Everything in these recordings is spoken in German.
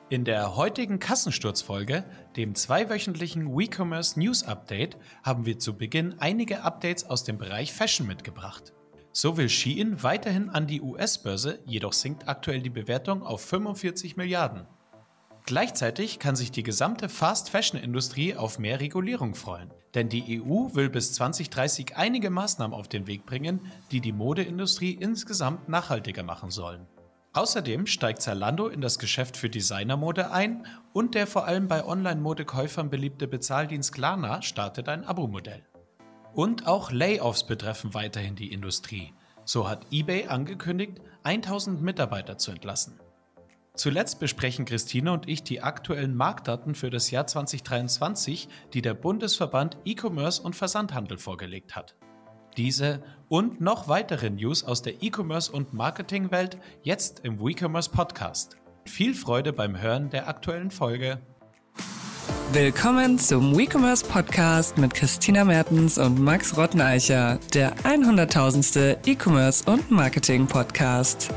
In der heutigen Kassensturzfolge, dem zweiwöchentlichen WeCommerce News Update, haben wir zu Beginn einige Updates aus dem Bereich Fashion mitgebracht. So will Shein weiterhin an die US-Börse, jedoch sinkt aktuell die Bewertung auf 45 Milliarden. Gleichzeitig kann sich die gesamte Fast-Fashion-Industrie auf mehr Regulierung freuen. Denn die EU will bis 2030 einige Maßnahmen auf den Weg bringen, die die Modeindustrie insgesamt nachhaltiger machen sollen. Außerdem steigt Zalando in das Geschäft für Designermode ein und der vor allem bei Online-Modekäufern beliebte Bezahldienst Klarna startet ein Abo-Modell. Und auch Layoffs betreffen weiterhin die Industrie. So hat eBay angekündigt, 1000 Mitarbeiter zu entlassen. Zuletzt besprechen Christine und ich die aktuellen Marktdaten für das Jahr 2023, die der Bundesverband E-Commerce und Versandhandel vorgelegt hat. Diese und noch weitere News aus der E-Commerce- und Marketingwelt jetzt im WeCommerce Podcast. Viel Freude beim Hören der aktuellen Folge. Willkommen zum WeCommerce Podcast mit Christina Mertens und Max Rotteneicher, der 100.000. E-Commerce- und Marketing-Podcast.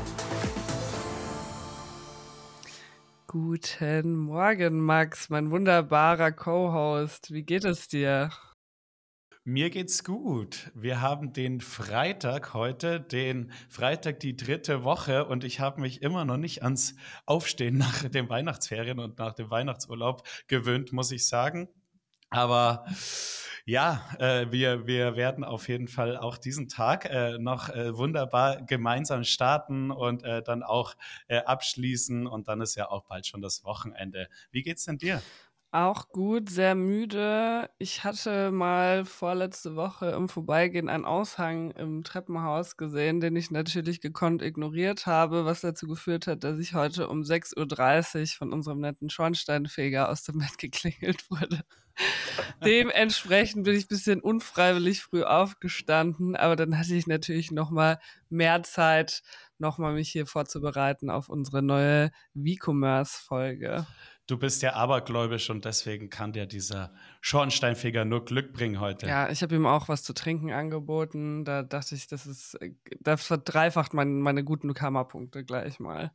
Guten Morgen, Max, mein wunderbarer Co-Host. Wie geht es dir? Mir geht's gut. Wir haben den Freitag heute, den Freitag die 3. Woche und ich habe mich immer noch nicht ans Aufstehen nach den Weihnachtsferien und nach dem Weihnachtsurlaub gewöhnt, muss ich sagen. Aber ja, wir werden auf jeden Fall auch diesen Tag noch wunderbar gemeinsam starten und dann auch abschließen. Und dann ist ja auch bald schon das Wochenende. Wie geht's denn dir? Auch gut, sehr müde. Ich hatte mal vorletzte Woche im Vorbeigehen einen Aushang im Treppenhaus gesehen, den ich natürlich gekonnt ignoriert habe, was dazu geführt hat, dass ich heute um 6:30 Uhr von unserem netten Schornsteinfeger aus dem Bett geklingelt wurde. Dementsprechend bin ich ein bisschen unfreiwillig früh aufgestanden, aber dann hatte ich natürlich noch mal mehr Zeit, noch mal mich hier vorzubereiten auf unsere neue WeCommerce-Folge. Du bist ja abergläubisch und deswegen kann dir dieser Schornsteinfeger nur Glück bringen heute. Ja, ich habe ihm auch was zu trinken angeboten. Da dachte ich, das verdreifacht meine guten Karma-Punkte gleich mal.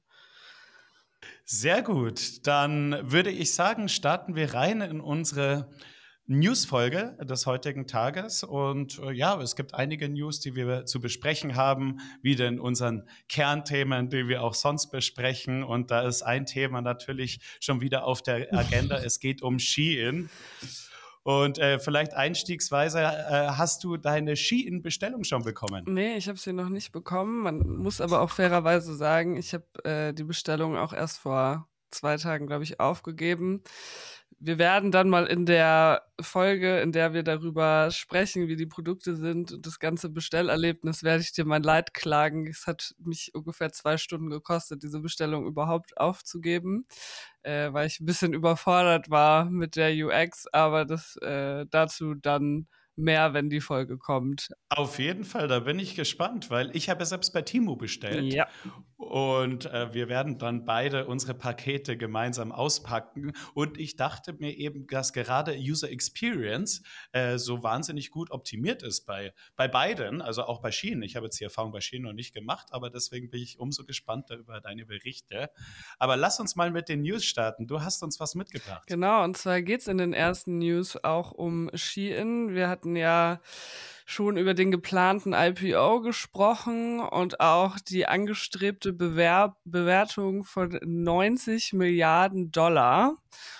Sehr gut. Dann würde ich sagen, starten wir rein in unsere Newsfolge des heutigen Tages. Und ja, es gibt einige News, die wir zu besprechen haben, wie in unseren Kernthemen, die wir auch sonst besprechen. Und da ist ein Thema natürlich schon wieder auf der Agenda. Es geht um Shein. Und vielleicht einstiegsweise, hast du deine Shein-Bestellung schon bekommen? Nee, ich habe sie noch nicht bekommen. Man muss aber auch fairerweise sagen, ich habe die Bestellung auch erst vor 2 Tagen, glaube ich, aufgegeben. Wir werden dann mal in der Folge, in der wir darüber sprechen, wie die Produkte sind und das ganze Bestellerlebnis, werde ich dir mein Leid klagen. Es hat mich ungefähr 2 Stunden gekostet, diese Bestellung überhaupt aufzugeben, weil ich ein bisschen überfordert war mit der UX, aber das dazu dann mehr, wenn die Folge kommt. Auf jeden Fall, da bin ich gespannt, weil ich habe ja selbst bei Temu bestellt Ja. und wir werden dann beide unsere Pakete gemeinsam auspacken. Und ich dachte mir eben, dass gerade User Experience so wahnsinnig gut optimiert ist bei beiden, also auch bei Shein. Ich habe jetzt die Erfahrung bei Shein noch nicht gemacht, aber deswegen bin ich umso gespannter über deine Berichte. Aber lass uns mal mit den News starten. Du hast uns was mitgebracht. Genau, und zwar geht's in den ersten News auch um Shein. Wir hatten ja schon über den geplanten IPO gesprochen und auch die angestrebte Bewertung von 90 Milliarden Dollar.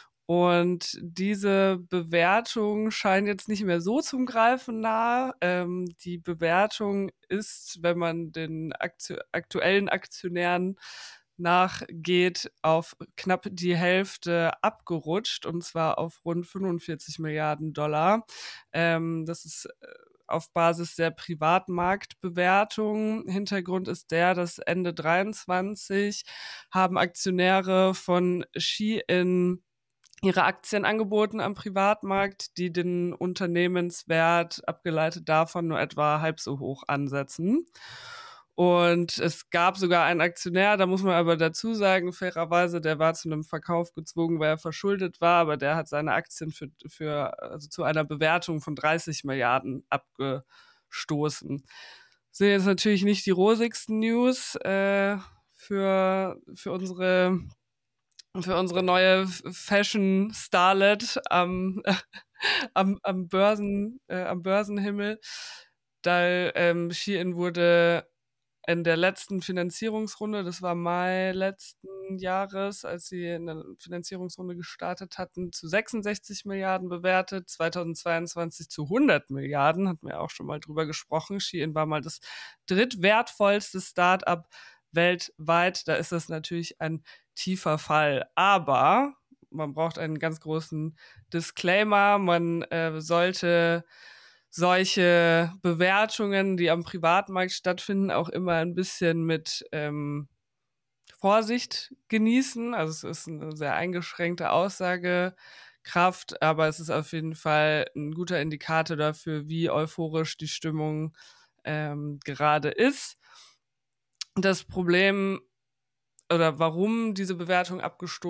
Und diese Bewertung scheint jetzt nicht mehr so zum Greifen nah. Die Bewertung ist, wenn man den aktuellen Aktionären nachgeht, auf knapp die Hälfte abgerutscht, und zwar auf rund 45 Milliarden Dollar. Das ist auf Basis der Privatmarktbewertung. Hintergrund ist der, dass Ende 23 haben Aktionäre von Shein ihre Aktien angeboten am Privatmarkt, die den Unternehmenswert abgeleitet davon nur etwa halb so hoch ansetzen. Und es gab sogar einen Aktionär, da muss man aber dazu sagen, fairerweise, der war zu einem Verkauf gezwungen, weil er verschuldet war, aber der hat seine Aktien also zu einer Bewertung von 30 Milliarden abgestoßen. Das sind jetzt natürlich nicht die rosigsten News für unsere für unsere neue Fashion-Starlet am Börsenhimmel. Da Shein wurde in der letzten Finanzierungsrunde, das war Mai letzten Jahres, als sie eine Finanzierungsrunde gestartet hatten, zu 66 Milliarden bewertet, 2022 zu 100 Milliarden, hatten wir auch schon mal drüber gesprochen. Shein war mal das drittwertvollste Start-up weltweit. Da ist das natürlich ein tiefer Fall. Aber man braucht einen ganz großen Disclaimer. Man sollte solche Bewertungen, die am Privatmarkt stattfinden, auch immer ein bisschen mit Vorsicht genießen. Also es ist eine sehr eingeschränkte Aussagekraft, aber es ist auf jeden Fall ein guter Indikator dafür, wie euphorisch die Stimmung gerade ist. Das Problem oder warum diese Bewertung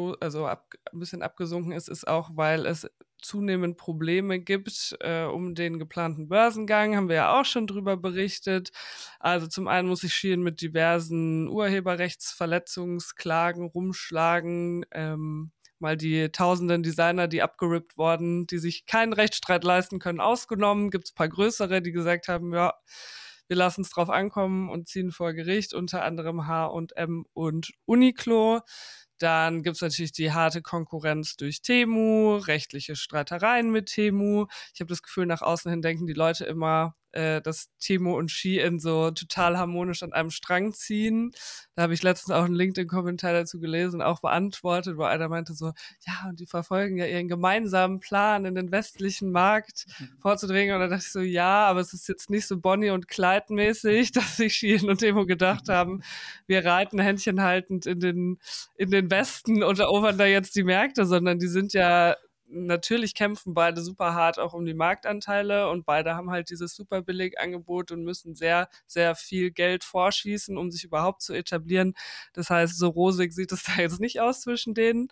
ein bisschen abgesunken ist auch, weil es zunehmend Probleme gibt um den geplanten Börsengang, haben wir ja auch schon drüber berichtet. Also zum einen muss sich Shein mit diversen Urheberrechtsverletzungsklagen rumschlagen, mal die tausenden Designer, die abgerippt wurden, die sich keinen Rechtsstreit leisten können, ausgenommen. Gibt es ein paar größere, die gesagt haben, ja, wir lassen es drauf ankommen und ziehen vor Gericht, unter anderem H&M und Uniqlo. Dann gibt's natürlich die harte Konkurrenz durch Temu, rechtliche Streitereien mit Temu. Ich habe das Gefühl, nach außen hin denken die Leute immer, dass Temu und Shein so total harmonisch an einem Strang ziehen. Da habe ich letztens auch einen LinkedIn-Kommentar dazu gelesen, auch beantwortet, wo einer meinte so, ja, und die verfolgen ja ihren gemeinsamen Plan, in den westlichen Markt vorzudringen. Und da dachte ich so, ja, aber es ist jetzt nicht so Bonnie und Clyde mäßig, dass sich Shein und Temu gedacht haben, wir reiten händchenhaltend in den Westen und erobern da jetzt die Märkte, sondern die sind ja natürlich kämpfen beide super hart auch um die Marktanteile und beide haben halt dieses super Billigangebot und müssen sehr, sehr viel Geld vorschießen, um sich überhaupt zu etablieren. Das heißt, so rosig sieht es da jetzt nicht aus zwischen denen.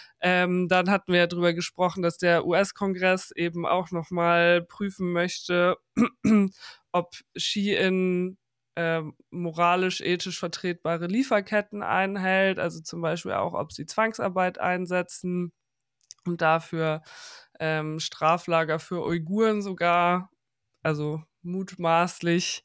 Dann hatten wir ja drüber gesprochen, dass der US-Kongress eben auch nochmal prüfen möchte, ob Shein moralisch, ethisch vertretbare Lieferketten einhält, also zum Beispiel auch, ob sie Zwangsarbeit einsetzen und dafür Straflager für Uiguren sogar, also mutmaßlich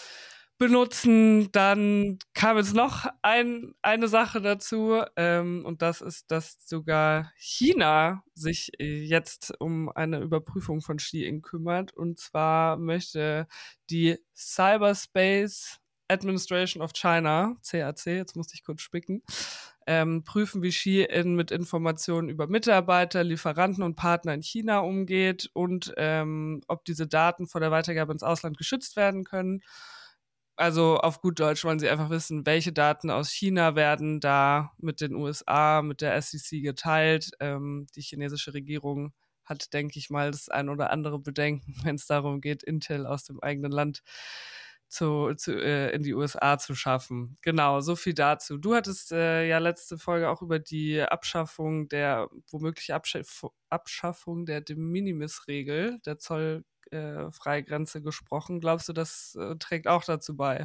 benutzen. Dann kam jetzt noch eine Sache dazu und das ist, dass sogar China sich jetzt um eine Überprüfung von Shein kümmert und zwar möchte die Cyberspace Administration of China, CAC, jetzt musste ich kurz spicken, prüfen, wie Shein mit Informationen über Mitarbeiter, Lieferanten und Partner in China umgeht und ob diese Daten vor der Weitergabe ins Ausland geschützt werden können. Also auf gut Deutsch wollen sie einfach wissen, welche Daten aus China werden da mit den USA, mit der SEC geteilt. Die chinesische Regierung hat, denke ich mal, das ein oder andere Bedenken, wenn es darum geht, Intel aus dem eigenen Land in die USA zu schaffen. Genau, so viel dazu. Du hattest ja letzte Folge auch über die womögliche Abschaffung der De Minimis-Regel, der Zollfreigrenze gesprochen. Glaubst du, das trägt auch dazu bei?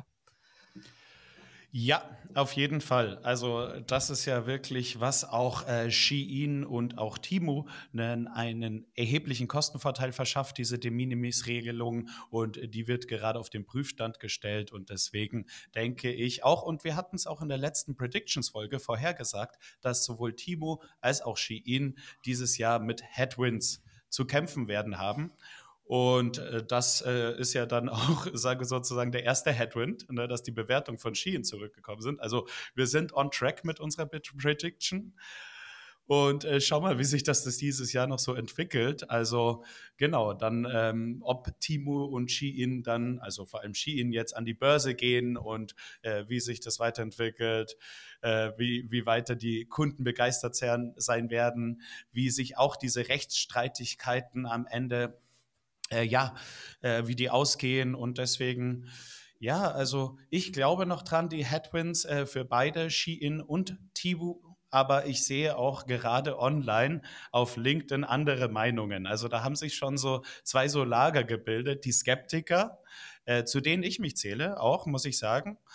Ja, auf jeden Fall. Also das ist ja wirklich, was auch Shein und auch Temu einen erheblichen Kostenvorteil verschafft, diese De Minimis-Regelung. Und die wird gerade auf den Prüfstand gestellt. Und deswegen denke ich auch, und wir hatten es auch in der letzten Predictions-Folge vorhergesagt, dass sowohl Temu als auch Shein dieses Jahr mit Headwinds zu kämpfen werden haben. Und das ist ja dann auch, sage sozusagen, der erste Headwind, ne, dass die Bewertung von Shein zurückgekommen sind. Also wir sind on track mit unserer Prediction. Und schau mal, wie sich das dieses Jahr noch so entwickelt. Also genau, dann ob Temu und Shein dann, also vor allem Shein jetzt an die Börse gehen und wie sich das weiterentwickelt, wie weiter die Kunden begeistert sein werden, wie sich auch diese Rechtsstreitigkeiten am Ende wie die ausgehen und deswegen, ja, also ich glaube noch dran, die Headwinds für beide, Shein und Temu, aber ich sehe auch gerade online auf LinkedIn andere Meinungen. Also da haben sich schon so zwei so Lager gebildet, die Skeptiker, zu denen ich mich zähle, auch, muss ich sagen.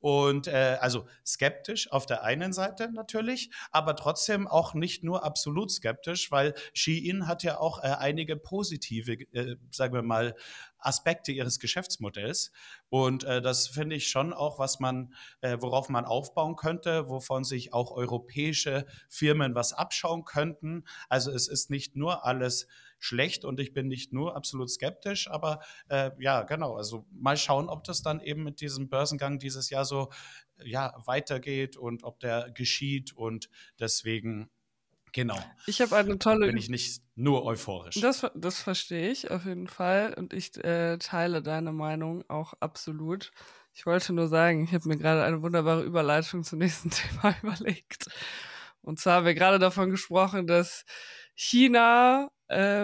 Und also skeptisch auf der einen Seite natürlich, aber trotzdem auch nicht nur absolut skeptisch, weil Shein hat ja auch einige positive, sagen wir mal, Aspekte ihres Geschäftsmodells. Und das finde ich schon auch, worauf man aufbauen könnte, wovon sich auch europäische Firmen was abschauen könnten. Also es ist nicht nur alles schlecht und ich bin nicht nur absolut skeptisch, aber ja, genau. Also mal schauen, ob das dann eben mit diesem Börsengang dieses Jahr so ja, weitergeht und ob der geschieht. Und deswegen, genau, Ich habe eine tolle bin ich nicht nur euphorisch. Das verstehe ich auf jeden Fall und ich teile deine Meinung auch absolut. Ich wollte nur sagen, ich habe mir gerade eine wunderbare Überleitung zum nächsten Thema überlegt. Und zwar haben wir gerade davon gesprochen, dass China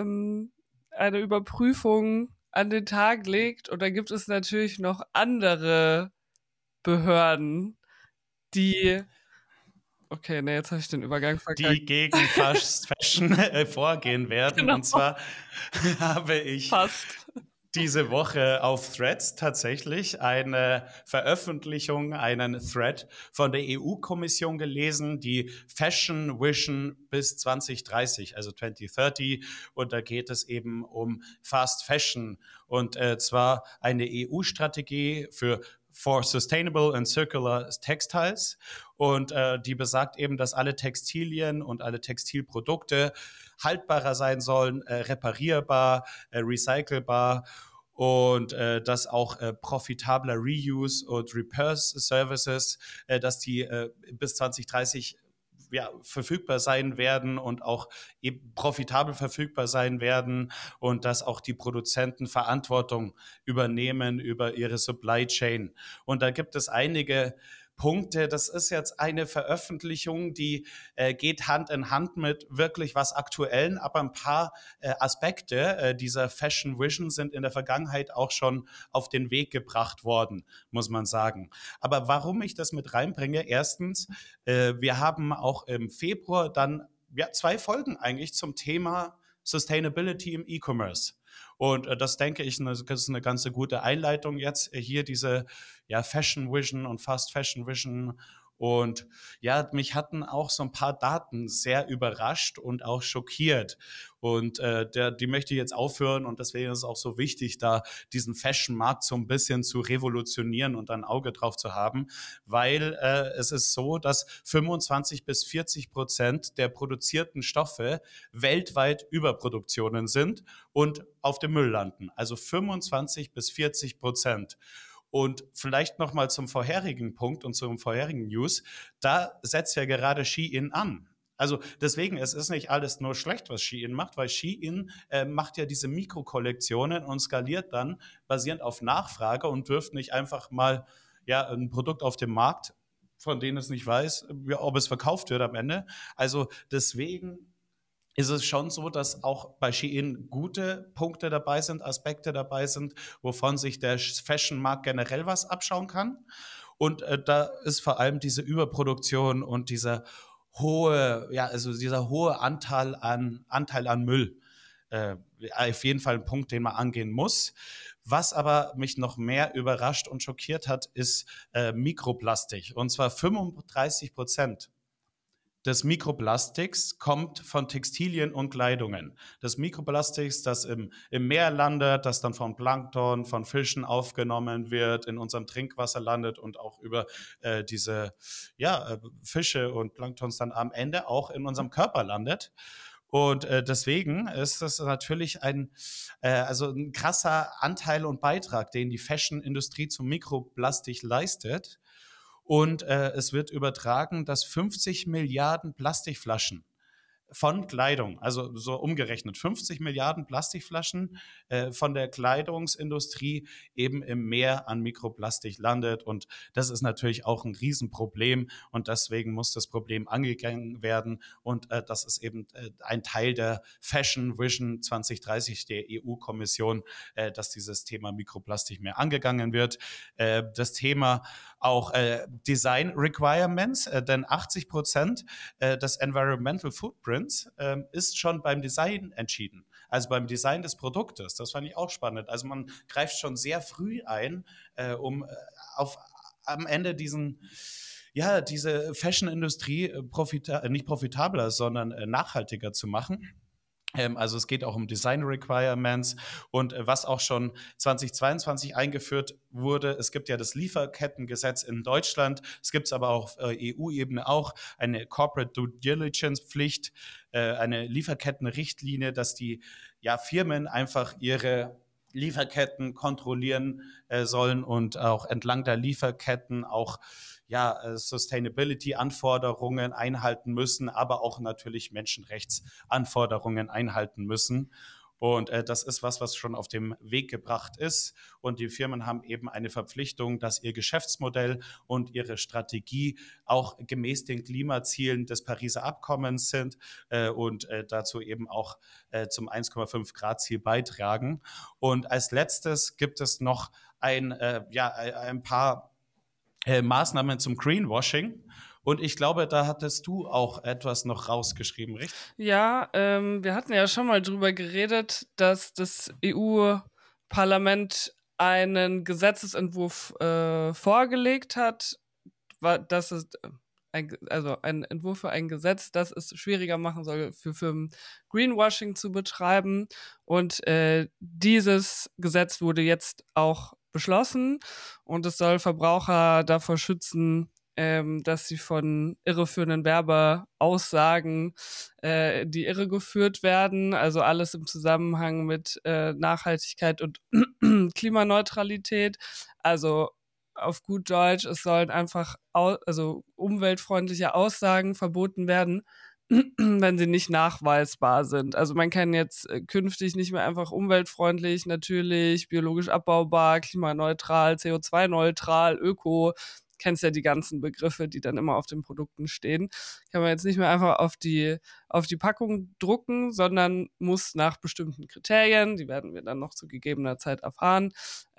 eine Überprüfung an den Tag legt. Und da gibt es natürlich noch andere Behörden, die. Okay, nee, jetzt habe ich den Übergang verkackt. Die gegen Fast Fashion vorgehen werden. Genau, Und zwar habe ich passt. diese Woche auf Threads tatsächlich eine Veröffentlichung, einen Thread von der EU-Kommission gelesen, die Fashion Vision bis 2030, also 2030. Und da geht es eben um Fast Fashion und zwar eine EU-Strategie for Sustainable and Circular Textiles. Und die besagt eben, dass alle Textilien und alle Textilprodukte haltbarer sein sollen, reparierbar, recycelbar und dass auch profitabler Reuse und Repair Services, dass die bis 2030 ja, verfügbar sein werden und auch eben profitabel verfügbar sein werden und dass auch die Produzenten Verantwortung übernehmen über ihre Supply Chain. Und da gibt es einige Punkte. Das ist jetzt eine Veröffentlichung, die geht Hand in Hand mit wirklich was Aktuellen, aber ein paar Aspekte dieser Fashion Vision sind in der Vergangenheit auch schon auf den Weg gebracht worden, muss man sagen. Aber warum ich das mit reinbringe? Erstens, wir haben auch im Februar dann ja, 2 Folgen eigentlich zum Thema Sustainability im E-Commerce. Und das denke ich, das ist eine ganz gute Einleitung jetzt hier diese ja, Fashion Vision und Fast Fashion Vision. Und ja, mich hatten auch so ein paar Daten sehr überrascht und auch schockiert. Und die möchte ich jetzt aufhören und deswegen ist es auch so wichtig, da diesen Fashion-Markt so ein bisschen zu revolutionieren und ein Auge drauf zu haben, weil es ist so, dass 25-40% der produzierten Stoffe weltweit Überproduktionen sind und auf dem Müll landen. Also 25-40%. Und vielleicht noch mal zum vorherigen Punkt und zum vorherigen News. Da setzt ja gerade Shein an. Also deswegen, es ist nicht alles nur schlecht, was Shein macht, weil Shein macht ja diese Mikrokollektionen und skaliert dann basierend auf Nachfrage und wirft nicht einfach mal ja, ein Produkt auf den Markt, von dem es nicht weiß, ja, ob es verkauft wird am Ende. Also deswegen ist es schon so, dass auch bei Shein gute Punkte dabei sind, Aspekte dabei sind, wovon sich der Fashion-Markt generell was abschauen kann. Und da ist vor allem diese Überproduktion und dieser hohe Anteil an Müll auf jeden Fall ein Punkt, den man angehen muss. Was aber mich noch mehr überrascht und schockiert hat, ist Mikroplastik. Und zwar 35% des Mikroplastiks kommt von Textilien und Kleidungen. Das Mikroplastiks, das im Meer landet, das dann von Plankton, von Fischen aufgenommen wird, in unserem Trinkwasser landet und auch über diese Fische und Planktons dann am Ende auch in unserem Körper landet. Und deswegen ist das natürlich also ein krasser Anteil und Beitrag, den die Fashion-Industrie zum Mikroplastik leistet. Und es wird übertragen, dass 50 Milliarden Plastikflaschen von Kleidung, also so umgerechnet 50 Milliarden Plastikflaschen von der Kleidungsindustrie eben im Meer an Mikroplastik landet. Und das ist natürlich auch ein Riesenproblem. Und deswegen muss das Problem angegangen werden. Und das ist eben ein Teil der Fashion Vision 2030 der EU-Kommission, dass dieses Thema Mikroplastik mehr angegangen wird. Das Thema auch Design Requirements, denn 80% des Environmental Footprints ist schon beim Design entschieden. Also beim Design des Produktes. Das fand ich auch spannend. Also man greift schon sehr früh ein, um auf am Ende diese Fashion-Industrie nicht profitabler, sondern nachhaltiger zu machen. Also es geht auch um Design Requirements und was auch schon 2022 eingeführt wurde. Es gibt ja das Lieferkettengesetz in Deutschland. Es gibt es aber auch auf EU-Ebene auch eine Corporate Due Diligence Pflicht, eine Lieferkettenrichtlinie, dass die Firmen einfach ihre Lieferketten kontrollieren sollen und auch entlang der Lieferketten auch Sustainability-Anforderungen einhalten müssen, aber auch natürlich Menschenrechtsanforderungen einhalten müssen. Und das ist was schon auf dem Weg gebracht ist. Und die Firmen haben eben eine Verpflichtung, dass ihr Geschäftsmodell und ihre Strategie auch gemäß den Klimazielen des Pariser Abkommens sind und dazu eben auch zum 1,5 Grad Ziel beitragen. Und als letztes gibt es noch ein paar Maßnahmen zum Greenwashing. Und ich glaube, da hattest du auch etwas noch rausgeschrieben, richtig? Ja, wir hatten ja schon mal drüber geredet, dass das EU-Parlament einen Gesetzesentwurf vorgelegt hat, dass es also ein Entwurf für ein Gesetz, das es schwieriger machen soll, für Firmen Greenwashing zu betreiben. Und dieses Gesetz wurde jetzt auch beschlossen und es soll Verbraucher davor schützen, dass sie von irreführenden Werbeaussagen die irregeführt werden. Also alles im Zusammenhang mit Nachhaltigkeit und Klimaneutralität. Also auf gut Deutsch, es sollen einfach also umweltfreundliche Aussagen verboten werden, wenn sie nicht nachweisbar sind. Also man kann jetzt künftig nicht mehr einfach umweltfreundlich, natürlich, biologisch abbaubar, klimaneutral, CO2-neutral, öko, kennst ja die ganzen Begriffe, die dann immer auf den Produkten stehen, kann man jetzt nicht mehr einfach auf die Packung drucken, sondern muss nach bestimmten Kriterien, die werden wir dann noch zu gegebener Zeit erfahren,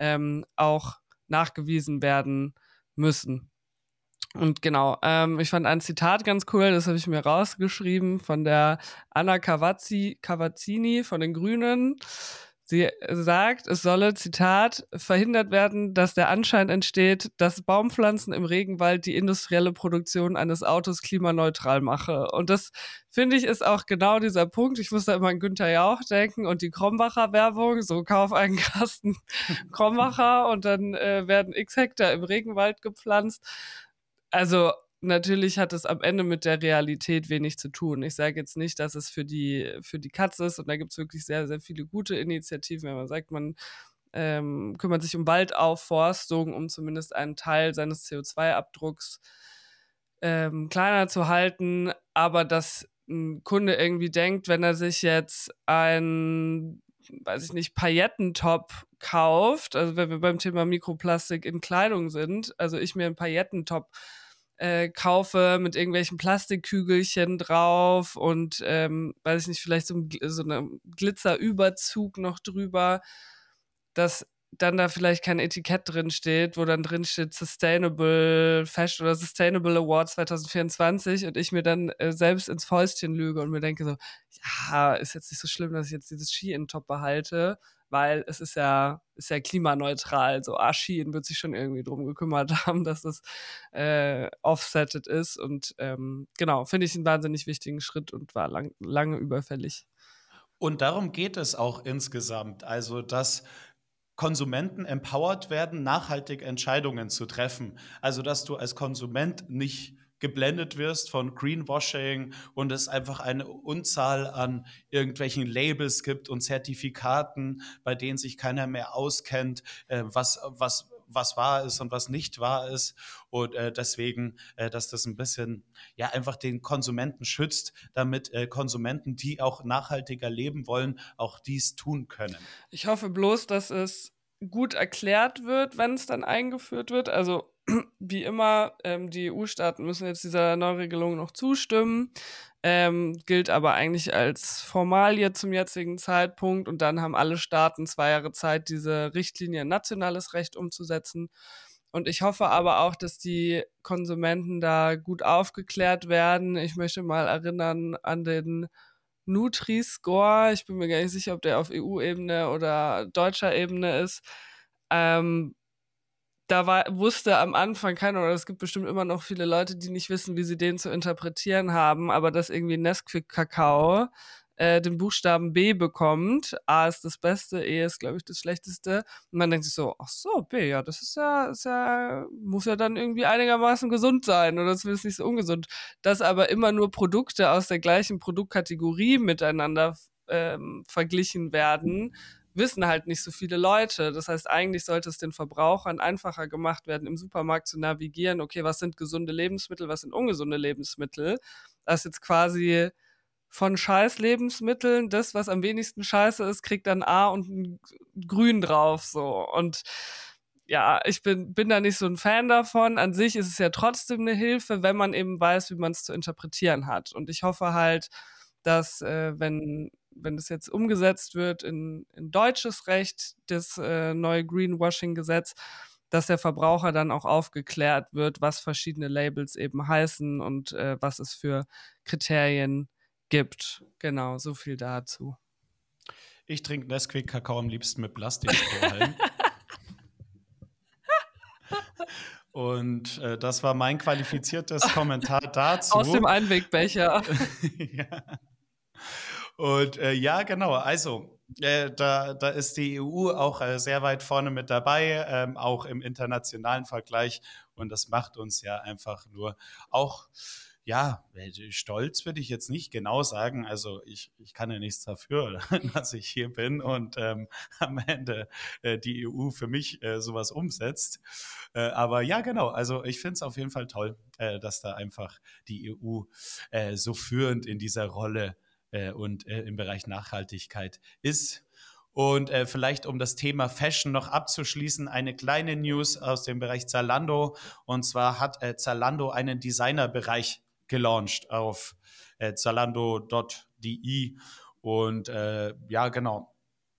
auch nachgewiesen werden müssen. Und genau, ich fand ein Zitat ganz cool, das habe ich mir rausgeschrieben von der Anna Cavazzini von den Grünen. Sie sagt, es solle, Zitat, verhindert werden, dass der Anschein entsteht, dass Baumpflanzen im Regenwald die industrielle Produktion eines Autos klimaneutral mache. Und das, finde ich, ist auch genau dieser Punkt. Ich muss da immer an Günther Jauch denken und die Krombacher Werbung, so kauf einen Kasten Krombacher und dann werden x Hektar im Regenwald gepflanzt. Also natürlich hat es am Ende mit der Realität wenig zu tun. Ich sage jetzt nicht, dass es für die Katz ist und da gibt es wirklich sehr, sehr viele gute Initiativen, wenn man sagt, man kümmert sich um Waldaufforstung, um zumindest einen Teil seines CO2-Abdrucks kleiner zu halten, aber dass ein Kunde irgendwie denkt, wenn er sich jetzt ein, weiß ich nicht, Paillettentop kauft, also wenn wir beim Thema Mikroplastik in Kleidung sind, also ich mir einen Paillettentop kaufe mit irgendwelchen Plastikkügelchen drauf und weiß ich nicht, vielleicht so eine Glitzerüberzug noch drüber, dass dann da vielleicht kein Etikett drin steht, wo dann drin steht Sustainable Fashion oder Sustainable Award 2024 und ich mir dann selbst ins Fäustchen lüge und mir denke so, ja, ist jetzt nicht so schlimm, dass ich jetzt dieses Shein-Top behalte, weil es ist ja klimaneutral. So, Shein wird sich schon irgendwie drum gekümmert haben, dass das offsetted ist und genau, finde ich einen wahnsinnig wichtigen Schritt und war lange überfällig. Und darum geht es auch insgesamt. Also, dass Konsumenten empowered werden, nachhaltig Entscheidungen zu treffen. Also, dass du als Konsument nicht geblendet wirst von Greenwashing und es einfach eine Unzahl an irgendwelchen Labels gibt und Zertifikaten, bei denen sich keiner mehr auskennt, was wahr ist und was nicht wahr ist. Und deswegen, dass das ein bisschen einfach den Konsumenten schützt, damit Konsumenten, die auch nachhaltiger leben wollen, auch dies tun können. Ich hoffe bloß, dass es gut erklärt wird, wenn es dann eingeführt wird. Also wie immer, die EU-Staaten müssen jetzt dieser Neuregelung noch zustimmen, gilt aber eigentlich als Formalie zum jetzigen Zeitpunkt und dann haben alle Staaten 2 Jahre Zeit, diese Richtlinie in nationales Recht umzusetzen. Und ich hoffe aber auch, dass die Konsumenten da gut aufgeklärt werden. Ich möchte mal erinnern an den Nutri-Score. Ich bin mir gar nicht sicher, ob der auf EU-Ebene oder deutscher Ebene ist. Ähm, wusste am Anfang keiner, oder es gibt bestimmt immer noch viele Leute, die nicht wissen, wie sie den zu interpretieren haben, aber dass irgendwie Nesquik-Kakao den Buchstaben B bekommt. A ist das Beste, E ist, glaube ich, das Schlechteste. Und man denkt sich so, ach so, B, ja, das muss ja dann irgendwie einigermaßen gesund sein oder zumindest nicht so ungesund. Dass aber immer nur Produkte aus der gleichen Produktkategorie miteinander verglichen werden, wissen halt nicht so viele Leute. Das heißt, eigentlich sollte es den Verbrauchern einfacher gemacht werden, im Supermarkt zu navigieren, okay, was sind gesunde Lebensmittel, was sind ungesunde Lebensmittel. Das ist jetzt quasi von Scheiß-Lebensmitteln, das, was am wenigsten scheiße ist, kriegt dann A und ein Grün drauf, so. Und ja, ich bin da nicht so ein Fan davon. An sich ist es ja trotzdem eine Hilfe, wenn man eben weiß, wie man es zu interpretieren hat. Und ich hoffe halt, dass wenn das jetzt umgesetzt wird in deutsches Recht, das neue Greenwashing-Gesetz, dass der Verbraucher dann auch aufgeklärt wird, was verschiedene Labels eben heißen und was es für Kriterien gibt. Genau, so viel dazu. Ich trinke Nesquik-Kakao am liebsten mit Plastikstrohhalm. Und das war mein qualifiziertes Kommentar dazu. Aus dem Einwegbecher. Ja. Und ja, genau. Also, da ist die EU auch sehr weit vorne mit dabei, auch im internationalen Vergleich. Und das macht uns ja einfach nur auch, ja, stolz würde ich jetzt nicht genau sagen. Also ich kann ja nichts dafür, dass ich hier bin und am Ende die EU für mich sowas umsetzt. Aber ja, genau. Also ich finde es auf jeden Fall toll, dass da einfach die EU so führend in dieser Rolle und im Bereich Nachhaltigkeit ist. Und vielleicht, um das Thema Fashion noch abzuschließen, eine kleine News aus dem Bereich Zalando. Und zwar hat Zalando einen Designerbereich gelauncht auf zalando.de. Und ja, genau.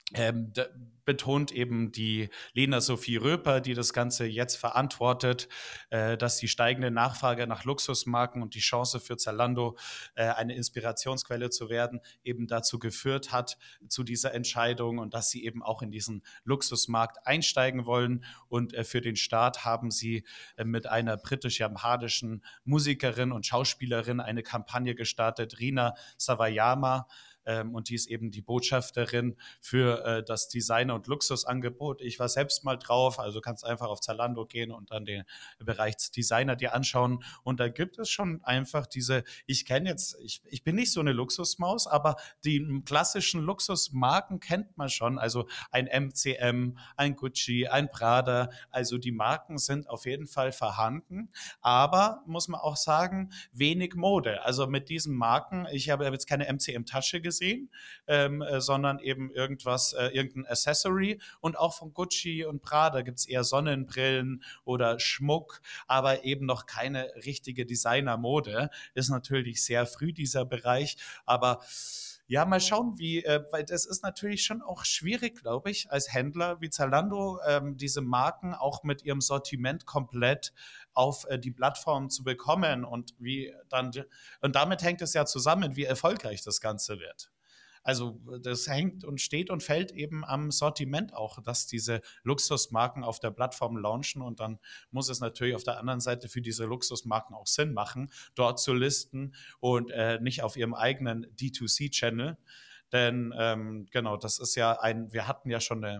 Betont eben die Lena Sophie Röper, die das Ganze jetzt verantwortet, dass die steigende Nachfrage nach Luxusmarken und die Chance für Zalando, eine Inspirationsquelle zu werden, eben dazu geführt hat, zu dieser Entscheidung und dass sie eben auch in diesen Luxusmarkt einsteigen wollen. Und für den Start haben sie mit einer britisch-japanischen Musikerin und Schauspielerin eine Kampagne gestartet, Rina Sawayama, und die ist eben die Botschafterin für das Designer- und Luxusangebot. Ich war selbst mal drauf, also kannst einfach auf Zalando gehen und dann den Bereich Designer dir anschauen. Und da gibt es schon einfach ich bin nicht so eine Luxusmaus, aber die klassischen Luxusmarken kennt man schon. Also ein MCM, ein Gucci, ein Prada. Also die Marken sind auf jeden Fall vorhanden, aber muss man auch sagen, wenig Mode. Also mit diesen Marken, ich habe jetzt keine MCM-Tasche gesehen, sondern eben irgendein Accessory. Und auch von Gucci und Prada gibt es eher Sonnenbrillen oder Schmuck, aber eben noch keine richtige Designer-Mode. Ist natürlich sehr früh dieser Bereich, aber ja, mal schauen, weil das ist natürlich schon auch schwierig, glaube ich, als Händler wie Zalando, diese Marken auch mit ihrem Sortiment komplett auf die Plattform zu bekommen und und damit hängt es ja zusammen, wie erfolgreich das Ganze wird. Also das hängt und steht und fällt eben am Sortiment auch, dass diese Luxusmarken auf der Plattform launchen und dann muss es natürlich auf der anderen Seite für diese Luxusmarken auch Sinn machen, dort zu listen und nicht auf ihrem eigenen D2C-Channel. Denn genau, das ist ja wir hatten ja schon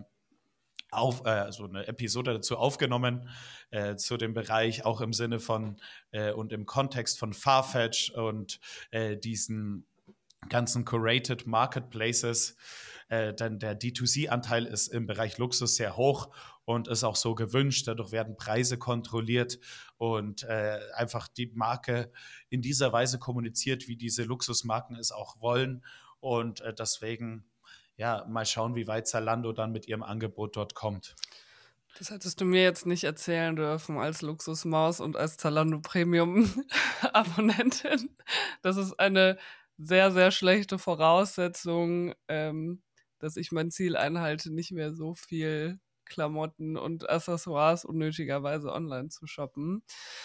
so eine Episode dazu aufgenommen, zu dem Bereich, auch im Sinne von und im Kontext von Farfetch und diesen ganzen curated Marketplaces, denn der D2C-Anteil ist im Bereich Luxus sehr hoch und ist auch so gewünscht. Dadurch werden Preise kontrolliert und einfach die Marke in dieser Weise kommuniziert, wie diese Luxusmarken es auch wollen. Und deswegen, ja, mal schauen, wie weit Zalando dann mit ihrem Angebot dort kommt. Das hättest du mir jetzt nicht erzählen dürfen als Luxusmaus und als Zalando Premium Abonnentin. Das ist eine sehr, sehr schlechte Voraussetzung, dass ich mein Ziel einhalte, nicht mehr so viel Klamotten und Accessoires unnötigerweise online zu shoppen.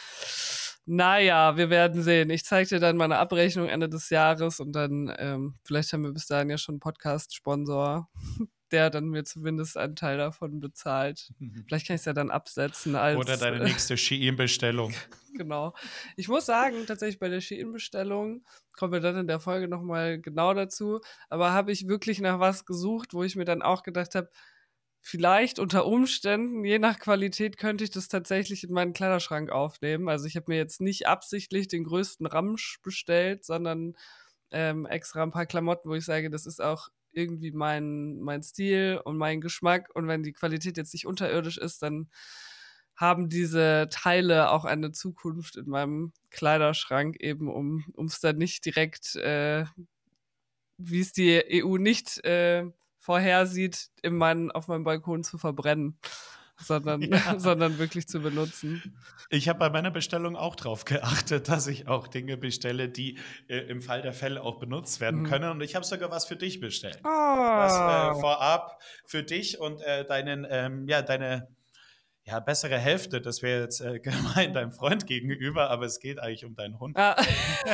Naja, wir werden sehen. Ich zeige dir dann meine Abrechnung Ende des Jahres und dann vielleicht haben wir bis dahin ja schon einen Podcast-Sponsor. der dann mir zumindest einen Teil davon bezahlt. Vielleicht kann ich es ja dann absetzen als Oder deine nächste Shein-Bestellung. Genau. Ich muss sagen, tatsächlich bei der Shein-Bestellung, kommen wir dann in der Folge nochmal genau dazu, aber habe ich wirklich nach was gesucht, wo ich mir dann auch gedacht habe, vielleicht unter Umständen, je nach Qualität, könnte ich das tatsächlich in meinen Kleiderschrank aufnehmen. Also ich habe mir jetzt nicht absichtlich den größten Ramsch bestellt, sondern extra ein paar Klamotten, wo ich sage, das ist auch irgendwie mein Stil und mein Geschmack. Und wenn die Qualität jetzt nicht unterirdisch ist, dann haben diese Teile auch eine Zukunft in meinem Kleiderschrank, eben um es dann nicht direkt, wie es die EU nicht vorhersieht, auf meinem Balkon zu verbrennen, sondern, Ja. sondern wirklich zu benutzen. Ich habe bei meiner Bestellung auch drauf geachtet, dass ich auch Dinge bestelle, die im Fall der Fälle auch benutzt werden Mhm. können. Und ich habe sogar was für dich bestellt. Was Oh. vorab für dich und deine bessere Hälfte, das wäre jetzt gemein deinem Freund gegenüber, aber es geht eigentlich um deinen Hund. Ah.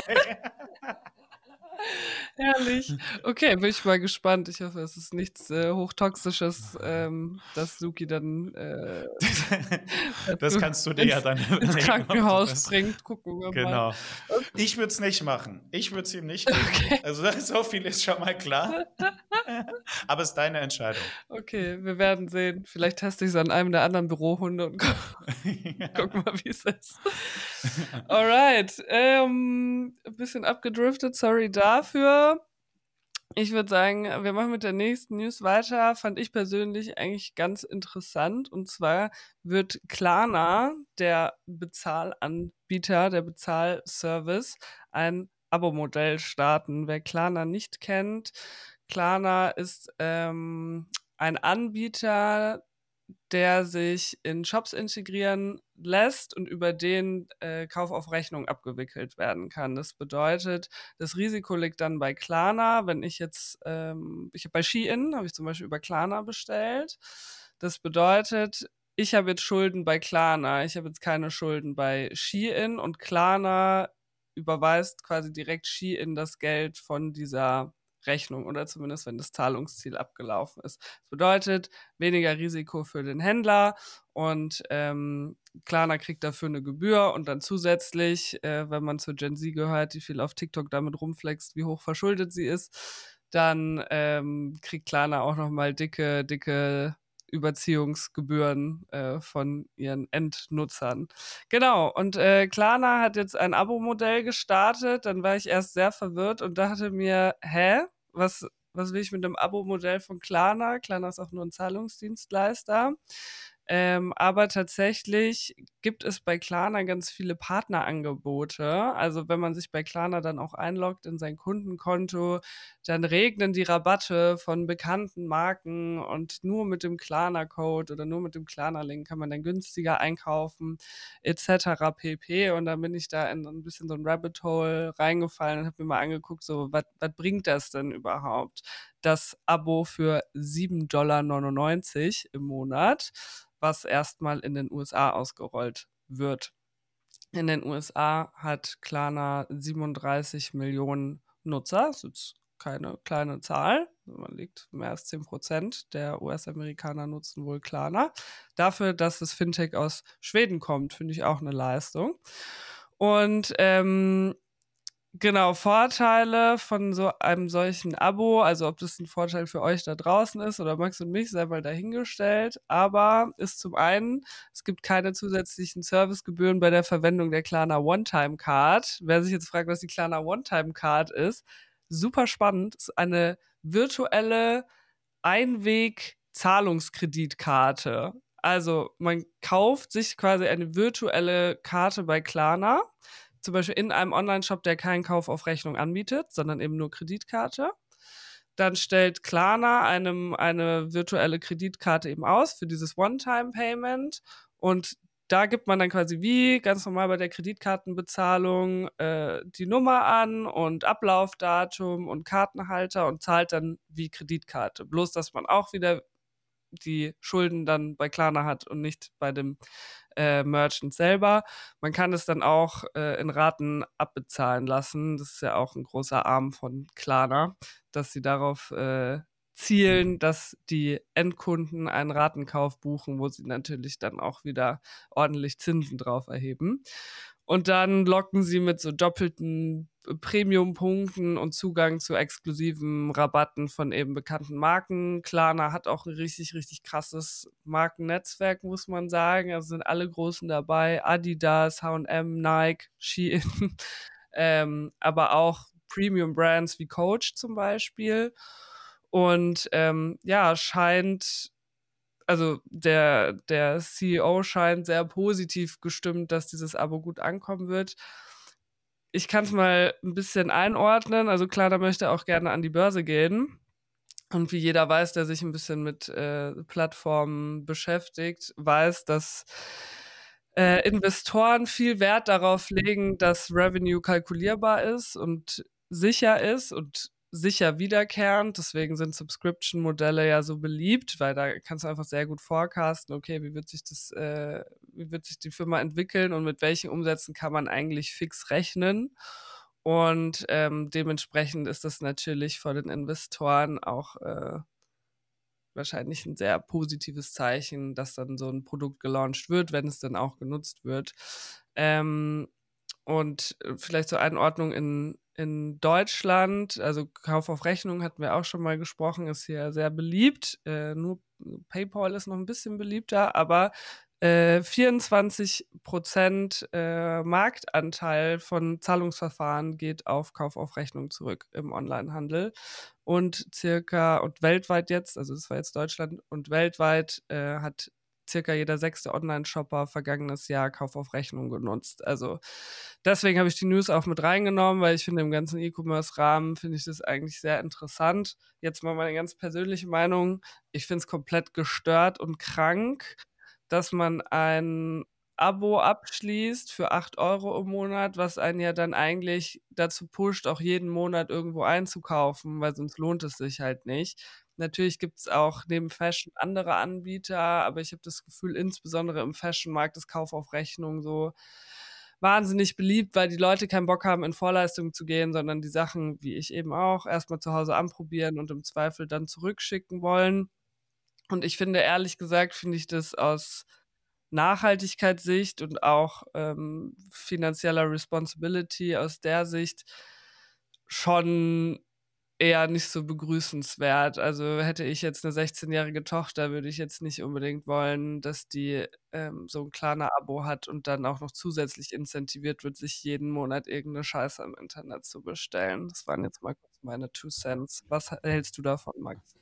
Herrlich. Okay, bin ich mal gespannt. Ich hoffe, es ist nichts Hochtoxisches, dass Suki dann Das dazu kannst du dir ja dann ins überlegen, ob du Krankenhaus das. bringt. Gucken wir mal. Genau. Okay. Ich würde es nicht machen. Ich würde es ihm nicht geben. Okay. Also so viel ist schon mal klar. Aber es ist deine Entscheidung. Okay, wir werden sehen. Vielleicht teste ich es an einem der anderen Bürohunde und guck mal, wie es ist. Alright. Ein bisschen abgedriftet, sorry dafür. Ich würde sagen, wir machen mit der nächsten News weiter. Fand ich persönlich eigentlich ganz interessant. Und zwar wird Klarna, der Bezahlanbieter, der Bezahlservice, ein Abo-Modell starten. Wer Klarna nicht kennt, Klarna ist ein Anbieter, der sich in Shops integrieren lässt und über den Kauf auf Rechnung abgewickelt werden kann. Das bedeutet, das Risiko liegt dann bei Klarna. Wenn ich jetzt, ich habe bei Shein, habe ich zum Beispiel über Klarna bestellt. Das bedeutet, ich habe jetzt Schulden bei Klarna. Ich habe jetzt keine Schulden bei Shein und Klarna überweist quasi direkt Shein das Geld von dieser Rechnung oder zumindest, wenn das Zahlungsziel abgelaufen ist. Das bedeutet, weniger Risiko für den Händler und Klarna kriegt dafür eine Gebühr und dann zusätzlich, wenn man zur Gen Z gehört, die viel auf TikTok damit rumflext, wie hoch verschuldet sie ist, dann kriegt Klarna auch nochmal dicke Überziehungsgebühren von ihren Endnutzern. Genau, und Klarna hat jetzt ein Abo-Modell gestartet, dann war ich erst sehr verwirrt und dachte mir, hä? Was will ich mit einem Abo-Modell von Klarna? Klarna ist auch nur ein Zahlungsdienstleister. Aber tatsächlich gibt es bei Klarna ganz viele Partnerangebote. Also wenn man sich bei Klarna dann auch einloggt in sein Kundenkonto, dann regnen die Rabatte von bekannten Marken und nur mit dem Klarna-Code oder nur mit dem Klarna-Link kann man dann günstiger einkaufen, etc. pp. Und dann bin ich da in ein bisschen so ein Rabbit Hole reingefallen und habe mir mal angeguckt, so, was bringt das denn überhaupt? Das Abo für 7,99 $ im Monat, was erstmal in den USA ausgerollt wird. In den USA hat Klarna 37 Millionen Nutzer. Das ist keine kleine Zahl. Man liegt mehr als 10% der US-Amerikaner nutzen wohl Klarna. Dafür, dass das Fintech aus Schweden kommt, finde ich auch eine Leistung. Und genau, Vorteile von so einem solchen Abo, also ob das ein Vorteil für euch da draußen ist oder Max und mich, sei mal dahingestellt, aber ist zum einen, es gibt keine zusätzlichen Servicegebühren bei der Verwendung der Klarna One-Time-Card. Wer sich jetzt fragt, was die Klarna One-Time-Card ist, super spannend, ist eine virtuelle Einweg-Zahlungskreditkarte. Also man kauft sich quasi eine virtuelle Karte bei Klarna, zum Beispiel in einem Online-Shop, der keinen Kauf auf Rechnung anbietet, sondern eben nur Kreditkarte. Dann stellt Klarna einem eine virtuelle Kreditkarte eben aus für dieses One-Time-Payment und da gibt man dann quasi wie ganz normal bei der Kreditkartenbezahlung die Nummer an und Ablaufdatum und Kartenhalter und zahlt dann wie Kreditkarte. Bloß, dass man auch wieder die Schulden dann bei Klarna hat und nicht bei dem Merchant selber. Man kann es dann auch in Raten abbezahlen lassen. Das ist ja auch ein großer Arm von Klarna, dass sie darauf zielen, dass die Endkunden einen Ratenkauf buchen, wo sie natürlich dann auch wieder ordentlich Zinsen drauf erheben. Und dann locken sie mit so doppelten Premium-Punkten und Zugang zu exklusiven Rabatten von eben bekannten Marken. Klarna hat auch ein richtig, richtig krasses Markennetzwerk, muss man sagen. Also sind alle Großen dabei: Adidas, H&M, Nike, Shein, aber auch Premium-Brands wie Coach zum Beispiel. Und ja, der CEO scheint sehr positiv gestimmt, dass dieses Abo gut ankommen wird. Ich kann es mal ein bisschen einordnen. Also klar, da möchte auch gerne an die Börse gehen. Und wie jeder weiß, der sich ein bisschen mit Plattformen beschäftigt, weiß, dass Investoren viel Wert darauf legen, dass Revenue kalkulierbar ist und sicher wiederkehrend. Deswegen sind Subscription-Modelle ja so beliebt, weil da kannst du einfach sehr gut forecasten, okay, wie wird sich die Firma entwickeln und mit welchen Umsätzen kann man eigentlich fix rechnen. Und dementsprechend ist das natürlich vor den Investoren auch wahrscheinlich ein sehr positives Zeichen, dass dann so ein Produkt gelauncht wird, wenn es dann auch genutzt wird. Und vielleicht zur Einordnung in Deutschland, also Kauf auf Rechnung hatten wir auch schon mal gesprochen, ist hier sehr beliebt. Nur PayPal ist noch ein bisschen beliebter, aber 24% Marktanteil von Zahlungsverfahren geht auf Kauf auf Rechnung zurück im Onlinehandel. Und weltweit jetzt, also das war jetzt Deutschland, und weltweit hat circa jeder 6. Online-Shopper vergangenes Jahr Kauf auf Rechnung genutzt. Also deswegen habe ich die News auch mit reingenommen, weil ich finde, im ganzen E-Commerce-Rahmen finde ich das eigentlich sehr interessant. Jetzt mal meine ganz persönliche Meinung. Ich finde es komplett gestört und krank, dass man ein Abo abschließt für 8 € im Monat, was einen ja dann eigentlich dazu pusht, auch jeden Monat irgendwo einzukaufen, weil sonst lohnt es sich halt nicht. Natürlich gibt's auch neben Fashion andere Anbieter, aber ich habe das Gefühl, insbesondere im Fashion-Markt ist Kauf auf Rechnung so wahnsinnig beliebt, weil die Leute keinen Bock haben, in Vorleistung zu gehen, sondern die Sachen, wie ich eben auch, erstmal zu Hause anprobieren und im Zweifel dann zurückschicken wollen. Und ich finde, ehrlich gesagt, finde ich das aus Nachhaltigkeitssicht und auch finanzieller Responsibility aus der Sicht schon eher nicht so begrüßenswert. Also hätte ich jetzt eine 16-jährige Tochter, würde ich jetzt nicht unbedingt wollen, dass die so ein kleiner Abo hat und dann auch noch zusätzlich incentiviert wird, sich jeden Monat irgendeine Scheiße im Internet zu bestellen. Das waren jetzt mal kurz meine Two Cents. Was hältst du davon, Max?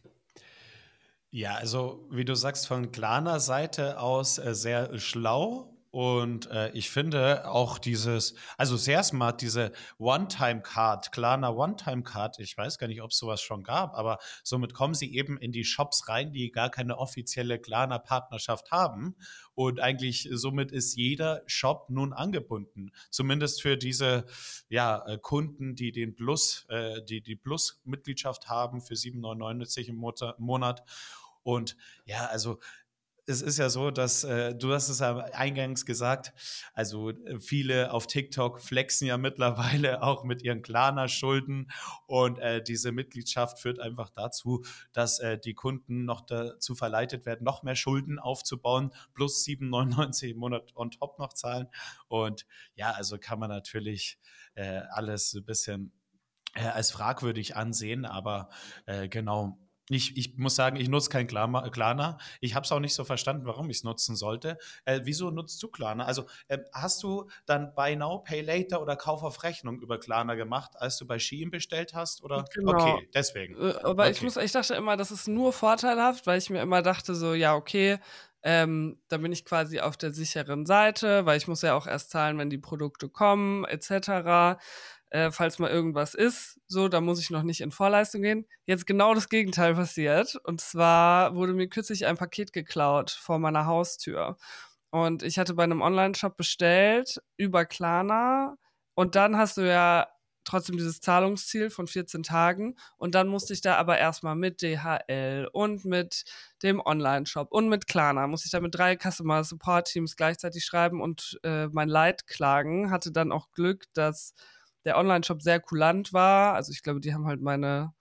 Ja, also wie du sagst, von Klarna Seite aus sehr schlau. Und ich finde auch also sehr smart, diese One-Time-Card, Klarna One-Time-Card, ich weiß gar nicht, ob es sowas schon gab, aber somit kommen sie eben in die Shops rein, die gar keine offizielle Klarna-Partnerschaft haben. Und eigentlich somit ist jeder Shop nun angebunden. Zumindest für diese Kunden, die die Plus-Mitgliedschaft haben für 7,99 € im Monat. Und ja, also es ist ja so, dass du hast es ja eingangs gesagt, also viele auf TikTok flexen ja mittlerweile auch mit ihren Klarna-Schulden und diese Mitgliedschaft führt einfach dazu, dass die Kunden noch dazu verleitet werden, noch mehr Schulden aufzubauen, plus 7,99 € im Monat on top noch zahlen. Und ja, also kann man natürlich alles ein bisschen als fragwürdig ansehen, aber genau. Ich muss sagen, ich nutze kein Klarna. Ich habe es auch nicht so verstanden, warum ich es nutzen sollte. Wieso nutzt du Klarna? Also hast du dann Buy Now, Pay Later oder Kauf auf Rechnung über Klarna gemacht, als du bei Shein bestellt hast? Oder? Genau. Okay, deswegen. Aber Okay. ich dachte immer, das ist nur vorteilhaft, weil ich mir immer dachte so, ja, okay, da bin ich quasi auf der sicheren Seite, weil ich muss ja auch erst zahlen, wenn die Produkte kommen, etc. Falls mal irgendwas ist, so, da muss ich noch nicht in Vorleistung gehen. Jetzt genau das Gegenteil passiert. Und zwar wurde mir kürzlich ein Paket geklaut vor meiner Haustür. Und ich hatte bei einem Online-Shop bestellt über Klarna. Und dann hast du ja trotzdem dieses Zahlungsziel von 14 Tagen. Und dann musste ich da aber erstmal mit DHL und mit dem Online-Shop und mit Klarna, musste ich da mit 3 Customer Support Teams gleichzeitig schreiben und mein Leid klagen. Hatte dann auch Glück, dass der Online-Shop sehr kulant war. Also ich glaube, die haben halt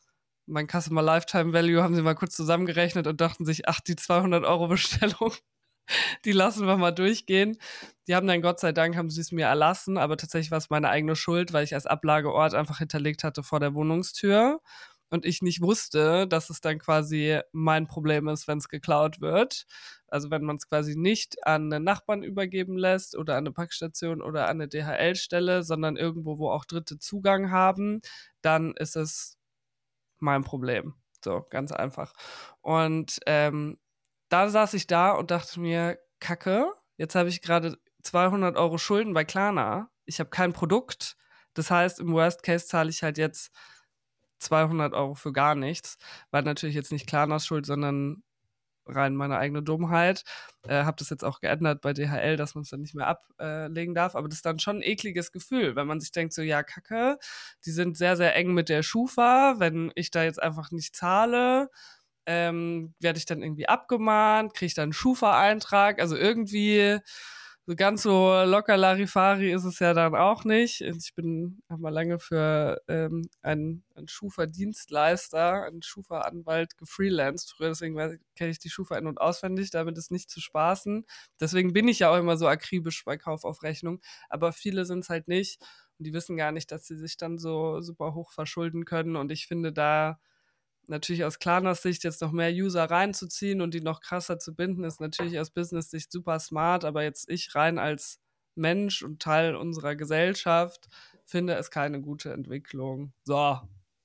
mein Customer Lifetime Value haben sie mal kurz zusammengerechnet und dachten sich, ach, die 200 € Bestellung, die lassen wir mal durchgehen. Die haben dann, Gott sei Dank, haben sie es mir erlassen, aber tatsächlich war es meine eigene Schuld, weil ich als Ablageort einfach hinterlegt hatte vor der Wohnungstür und ich nicht wusste, dass es dann quasi mein Problem ist, wenn es geklaut wird. Also wenn man es quasi nicht an einen Nachbarn übergeben lässt oder an eine Packstation oder an eine DHL-Stelle, sondern irgendwo, wo auch Dritte Zugang haben, dann ist es mein Problem. So, ganz einfach. Und da saß ich da und dachte mir, Kacke, jetzt habe ich gerade 200 € Schulden bei Klarna. Ich habe kein Produkt. Das heißt, im Worst Case zahle ich halt jetzt 200 € für gar nichts. War natürlich jetzt nicht Klarnas Schuld, sondern rein meine eigene Dummheit. Habe das jetzt auch geändert bei DHL, dass man es dann nicht mehr ablegen darf. Aber das ist dann schon ein ekliges Gefühl, wenn man sich denkt, so, ja, Kacke, die sind sehr, sehr eng mit der Schufa. Wenn ich da jetzt einfach nicht zahle, werde ich dann irgendwie abgemahnt, kriege ich dann einen Schufa-Eintrag. Also irgendwie so ganz so locker Larifari ist es ja dann auch nicht. Ich habe mal lange für einen Schufa-Dienstleister, einen Schufa-Anwalt gefreelanced früher, deswegen kenne ich die Schufa in- und auswendig, damit ist nicht zu spaßen. Deswegen bin ich ja auch immer so akribisch bei Kauf auf Rechnung, aber viele sind es halt nicht und die wissen gar nicht, dass sie sich dann so super hoch verschulden können und ich finde da natürlich aus Klarnas Sicht jetzt noch mehr User reinzuziehen und die noch krasser zu binden, ist natürlich aus Business-Sicht super smart, aber jetzt ich rein als Mensch und Teil unserer Gesellschaft finde es keine gute Entwicklung. So.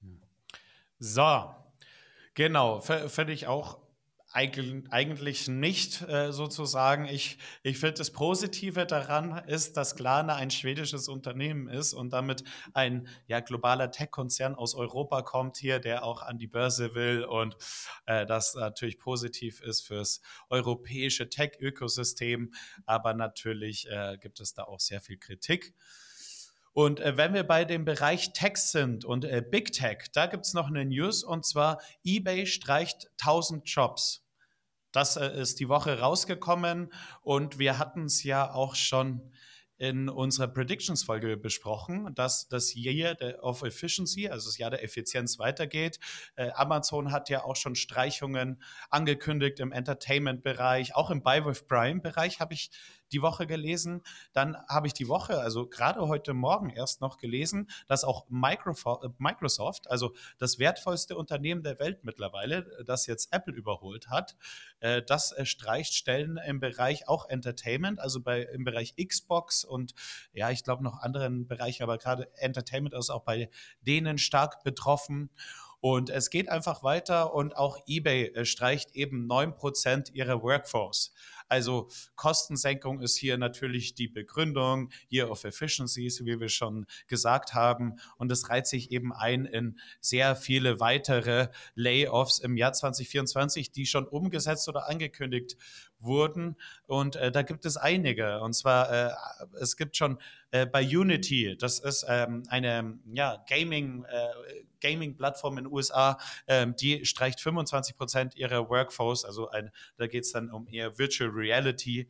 So, genau, finde ich auch eigentlich nicht sozusagen. Ich finde, das Positive daran ist, dass Klarna ein schwedisches Unternehmen ist und damit ein ja, globaler Tech-Konzern aus Europa kommt hier, der auch an die Börse will und das natürlich positiv ist fürs europäische Tech-Ökosystem. Aber natürlich gibt es da auch sehr viel Kritik. Und wenn wir bei dem Bereich Tech sind und Big Tech, da gibt es noch eine News und zwar eBay streicht 1000 Jobs. Das ist die Woche rausgekommen und wir hatten es ja auch schon in unserer Predictions-Folge besprochen, dass das Year of Efficiency, also das Jahr der Effizienz weitergeht. Amazon hat ja auch schon Streichungen angekündigt im Entertainment-Bereich, auch im Buy with Prime-Bereich habe ich die Woche gelesen. Dann habe ich die Woche, also gerade heute Morgen erst noch gelesen, dass auch Microsoft, also das wertvollste Unternehmen der Welt mittlerweile, das jetzt Apple überholt hat, das streicht Stellen im Bereich auch Entertainment, also im Bereich Xbox und ja, ich glaube noch anderen Bereichen, aber gerade Entertainment ist auch bei denen stark betroffen. Und es geht einfach weiter und auch eBay streicht eben 9% ihrer Workforce. Also Kostensenkung ist hier natürlich die Begründung, Year of Efficiencies, wie wir schon gesagt haben. Und es reiht sich eben ein in sehr viele weitere Layoffs im Jahr 2024, die schon umgesetzt oder angekündigt wurden. Und da gibt es einige. Und zwar, es gibt schon bei Unity, das ist eine ja, Gaming-Plattform in den USA, die streicht 25% ihrer Workforce, also da geht es dann um eher Virtual Reality.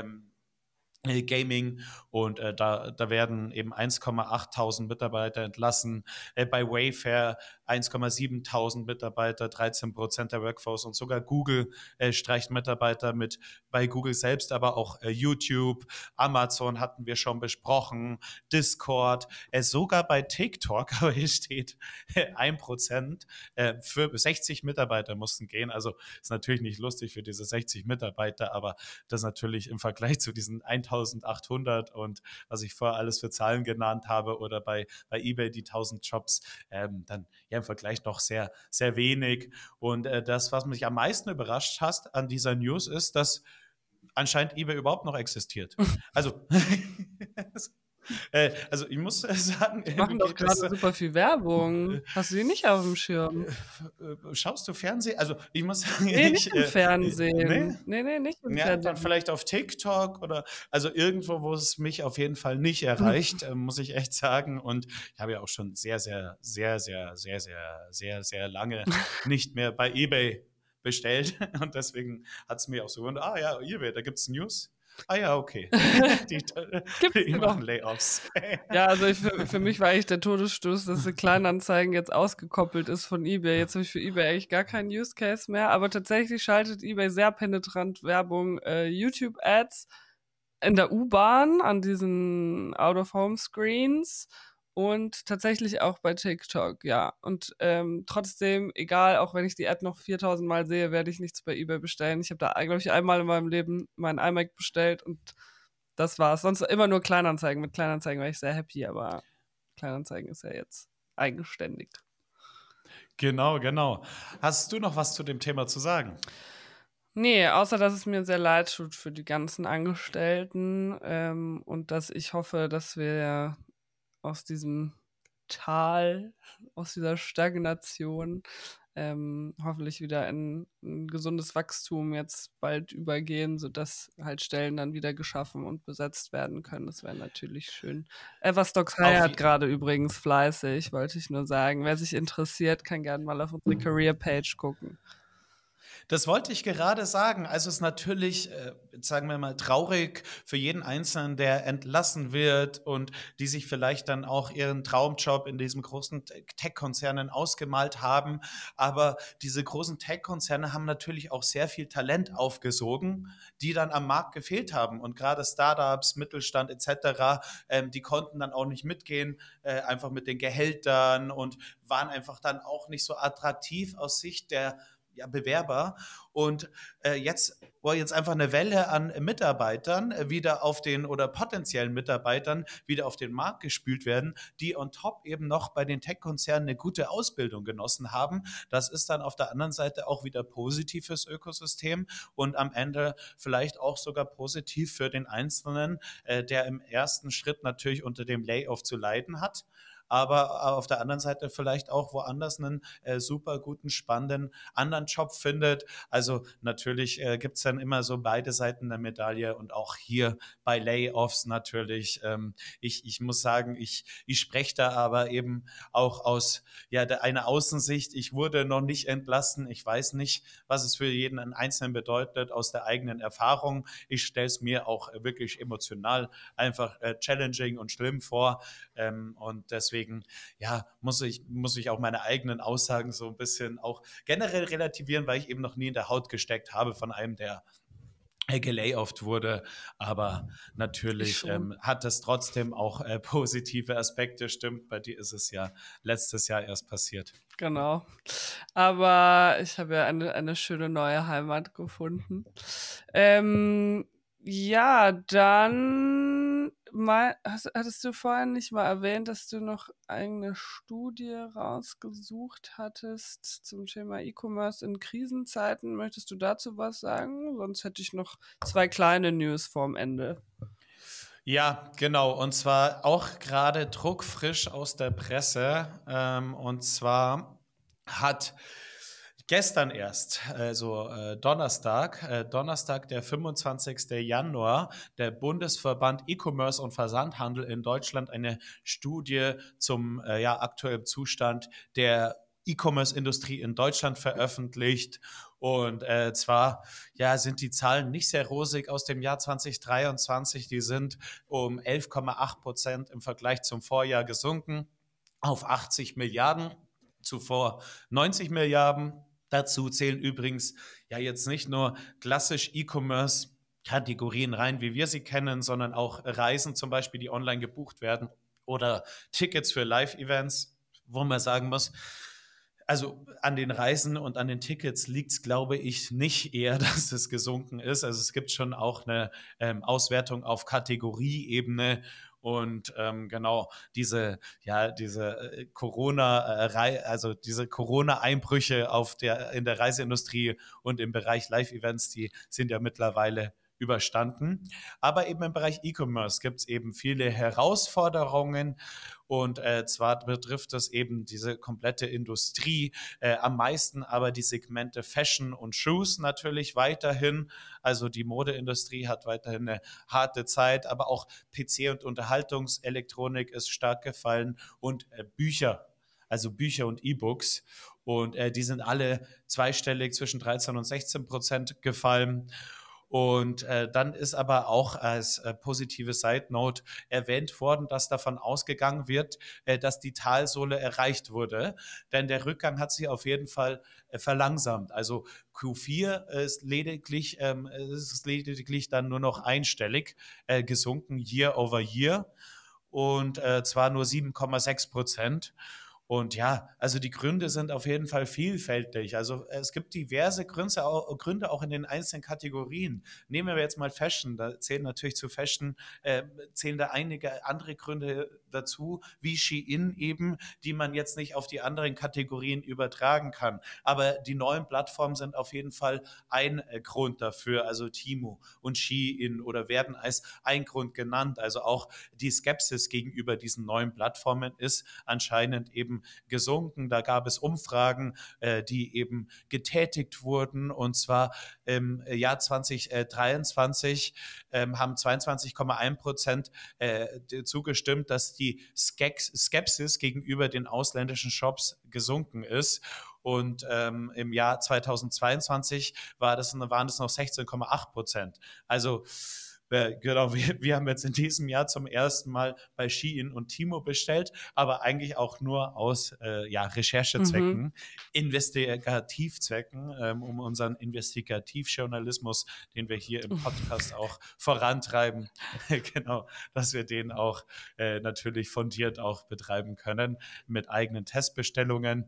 Gaming und da werden eben 1,8 Mitarbeiter entlassen. Bei Wayfair 1,7 Mitarbeiter, 13% der Workforce und sogar Google streicht Mitarbeiter mit, bei Google selbst, aber auch YouTube, Amazon hatten wir schon besprochen, Discord, sogar bei TikTok, aber hier steht 1%, für 60 Mitarbeiter mussten gehen. Also ist natürlich nicht lustig für diese 60 Mitarbeiter, aber das natürlich im Vergleich zu diesen 1800 und was ich vorher alles für Zahlen genannt habe oder bei eBay die 1000 Jobs, dann ja im Vergleich noch sehr, sehr wenig. Und das, was mich am meisten überrascht hat an dieser News, ist, dass anscheinend eBay überhaupt noch existiert. Also, also ich muss sagen, Die irgendwie machen doch geht das. gerade super viel Werbung. Hast du die nicht auf dem Schirm? Schaust du Fernsehen? Also ich muss sagen, Nee, nicht im nee, Fernsehen. Nee, nicht im ja, dann Fernsehen. vielleicht auf TikTok oder also irgendwo, wo es mich auf jeden Fall nicht erreicht, muss ich echt sagen. Und ich habe ja auch schon sehr lange nicht mehr bei eBay bestellt. Und deswegen hat es mir auch so gewundert, ah ja, eBay, da gibt's News. Ah ja, okay. Die, Gibt's die die noch? machen Layoffs. Ja, also für mich war eigentlich der Todesstoß, dass die Kleinanzeigen jetzt ausgekoppelt ist von eBay. Jetzt habe ich für eBay eigentlich gar keinen Use Case mehr, aber tatsächlich schaltet eBay sehr penetrant Werbung, YouTube-Ads in der U-Bahn an diesen Out-of-Home-Screens und tatsächlich auch bei TikTok, ja. Und trotzdem, egal, auch wenn ich die Ad noch 4000 Mal sehe, werde ich nichts bei eBay bestellen. Ich habe da, glaube ich, einmal in meinem Leben meinen iMac bestellt und das war's. Sonst immer nur Kleinanzeigen. Mit Kleinanzeigen war ich sehr happy, aber Kleinanzeigen ist ja jetzt eigenständig. Genau, genau. Hast du noch was zu dem Thema zu sagen? Nee, außer dass es mir sehr leid tut für die ganzen Angestellten und dass ich hoffe, dass wir aus diesem Tal, aus dieser Stagnation hoffentlich wieder in ein gesundes Wachstum jetzt bald übergehen, sodass halt Stellen dann wieder geschaffen und besetzt werden können. Das wäre natürlich schön. Everstocks Auf, heiert gerade übrigens fleißig, wollte ich nur sagen. Wer sich interessiert, kann gerne mal auf unsere Career-Page gucken. Das wollte ich gerade sagen. Also es ist natürlich, sagen wir mal, traurig für jeden Einzelnen, der entlassen wird und die sich vielleicht dann auch ihren Traumjob in diesen großen Tech-Konzernen ausgemalt haben. Aber diese großen Tech-Konzerne haben natürlich auch sehr viel Talent aufgesogen, die dann am Markt gefehlt haben. Und gerade Startups, Mittelstand etc., die konnten dann auch nicht mitgehen, einfach mit den Gehältern und waren einfach dann auch nicht so attraktiv aus Sicht der Bewerber und jetzt einfach eine Welle an Mitarbeitern wieder auf den oder potenziellen Mitarbeitern wieder auf den Markt gespült werden, die on top eben noch bei den Tech-Konzernen eine gute Ausbildung genossen haben. Das ist dann auf der anderen Seite auch wieder positiv fürs Ökosystem und am Ende vielleicht auch sogar positiv für den Einzelnen, der im ersten Schritt natürlich unter dem Layoff zu leiden hat, aber auf der anderen Seite vielleicht auch woanders einen super guten, spannenden anderen Job findet. Also natürlich gibt es dann immer so beide Seiten der Medaille und auch hier bei Layoffs natürlich. Ich muss sagen, ich spreche da aber eben auch aus einer Außensicht. Ich wurde noch nicht entlassen. Ich weiß nicht, was es für jeden Einzelnen bedeutet aus der eigenen Erfahrung. Ich stelle es mir auch wirklich emotional einfach challenging und schlimm vor. Und deswegen, ja, muss ich auch meine eigenen Aussagen so ein bisschen auch generell relativieren, weil ich eben noch nie in der Haut gesteckt habe von einem, der gelayofft wurde. Aber Ich natürlich schon. hat das trotzdem auch positive Aspekte. Stimmt, bei dir ist es ja letztes Jahr erst passiert. Genau. Aber ich habe ja eine schöne neue Heimat gefunden. Ja, dann mal, hattest du vorhin nicht mal erwähnt, dass du noch eine Studie rausgesucht hattest zum Thema E-Commerce in Krisenzeiten? Möchtest du dazu was sagen? Sonst hätte ich noch zwei kleine News vorm Ende. Ja, genau. Und zwar auch gerade druckfrisch aus der Presse. Und zwar hat gestern erst, also Donnerstag, der 25. Januar, der Bundesverband E-Commerce und Versandhandel in Deutschland eine Studie zum aktuellen Zustand der E-Commerce-Industrie in Deutschland veröffentlicht. Und zwar sind die Zahlen nicht sehr rosig aus dem Jahr 2023. Die sind um 11,8% im Vergleich zum Vorjahr gesunken auf 80 Milliarden, zuvor 90 Milliarden. Dazu zählen übrigens ja jetzt nicht nur klassisch E-Commerce Kategorien rein, wie wir sie kennen, sondern auch Reisen zum Beispiel, die online gebucht werden oder Tickets für Live-Events, wo man sagen muss, also an den Reisen und an den Tickets liegt es, glaube ich, nicht eher, dass es gesunken ist. Also es gibt schon auch eine Auswertung auf Kategorieebene und genau diese Corona, also diese Corona-Einbrüche in der Reiseindustrie und im Bereich Live-Events, die sind ja mittlerweile überstanden. Aber eben im Bereich E-Commerce gibt es eben viele Herausforderungen und zwar betrifft es eben diese komplette Industrie, am meisten aber die Segmente Fashion und Shoes natürlich weiterhin. Also die Modeindustrie hat weiterhin eine harte Zeit, aber auch PC und Unterhaltungselektronik ist stark gefallen und Bücher. Also Bücher und E-Books. Und die sind alle zweistellig zwischen 13 und 16% gefallen. Und dann ist aber auch als positive Side Note erwähnt worden, dass davon ausgegangen wird, dass die Talsohle erreicht wurde. Denn der Rückgang hat sich auf jeden Fall verlangsamt. Also Q4 ist lediglich dann nur noch einstellig gesunken, Year over Year. Und zwar nur 7,6%. Und ja, also die Gründe sind auf jeden Fall vielfältig. Also es gibt diverse Gründe auch in den einzelnen Kategorien. Nehmen wir jetzt mal Fashion, da zählen natürlich zu Fashion, zählen da einige andere Gründe dazu, wie Shein eben, die man jetzt nicht auf die anderen Kategorien übertragen kann. Aber die neuen Plattformen sind auf jeden Fall ein Grund dafür, also Temu und Shein oder werden als ein Grund genannt. Also auch die Skepsis gegenüber diesen neuen Plattformen ist anscheinend eben gesunken. Da gab es Umfragen, die eben getätigt wurden. Und zwar im Jahr 2023 haben 22,1% zugestimmt, dass die Skepsis gegenüber den ausländischen Shops gesunken ist. Und im Jahr 2022 waren das noch 16,8%. Also genau, wir haben jetzt in diesem Jahr zum ersten Mal bei Shein und Timo bestellt, aber eigentlich auch nur aus ja, Mhm. Recherchezwecken, Investigativzwecken, um unseren Investigativjournalismus, den wir hier im Podcast auch vorantreiben, genau, dass wir den auch natürlich fundiert auch betreiben können mit eigenen Testbestellungen.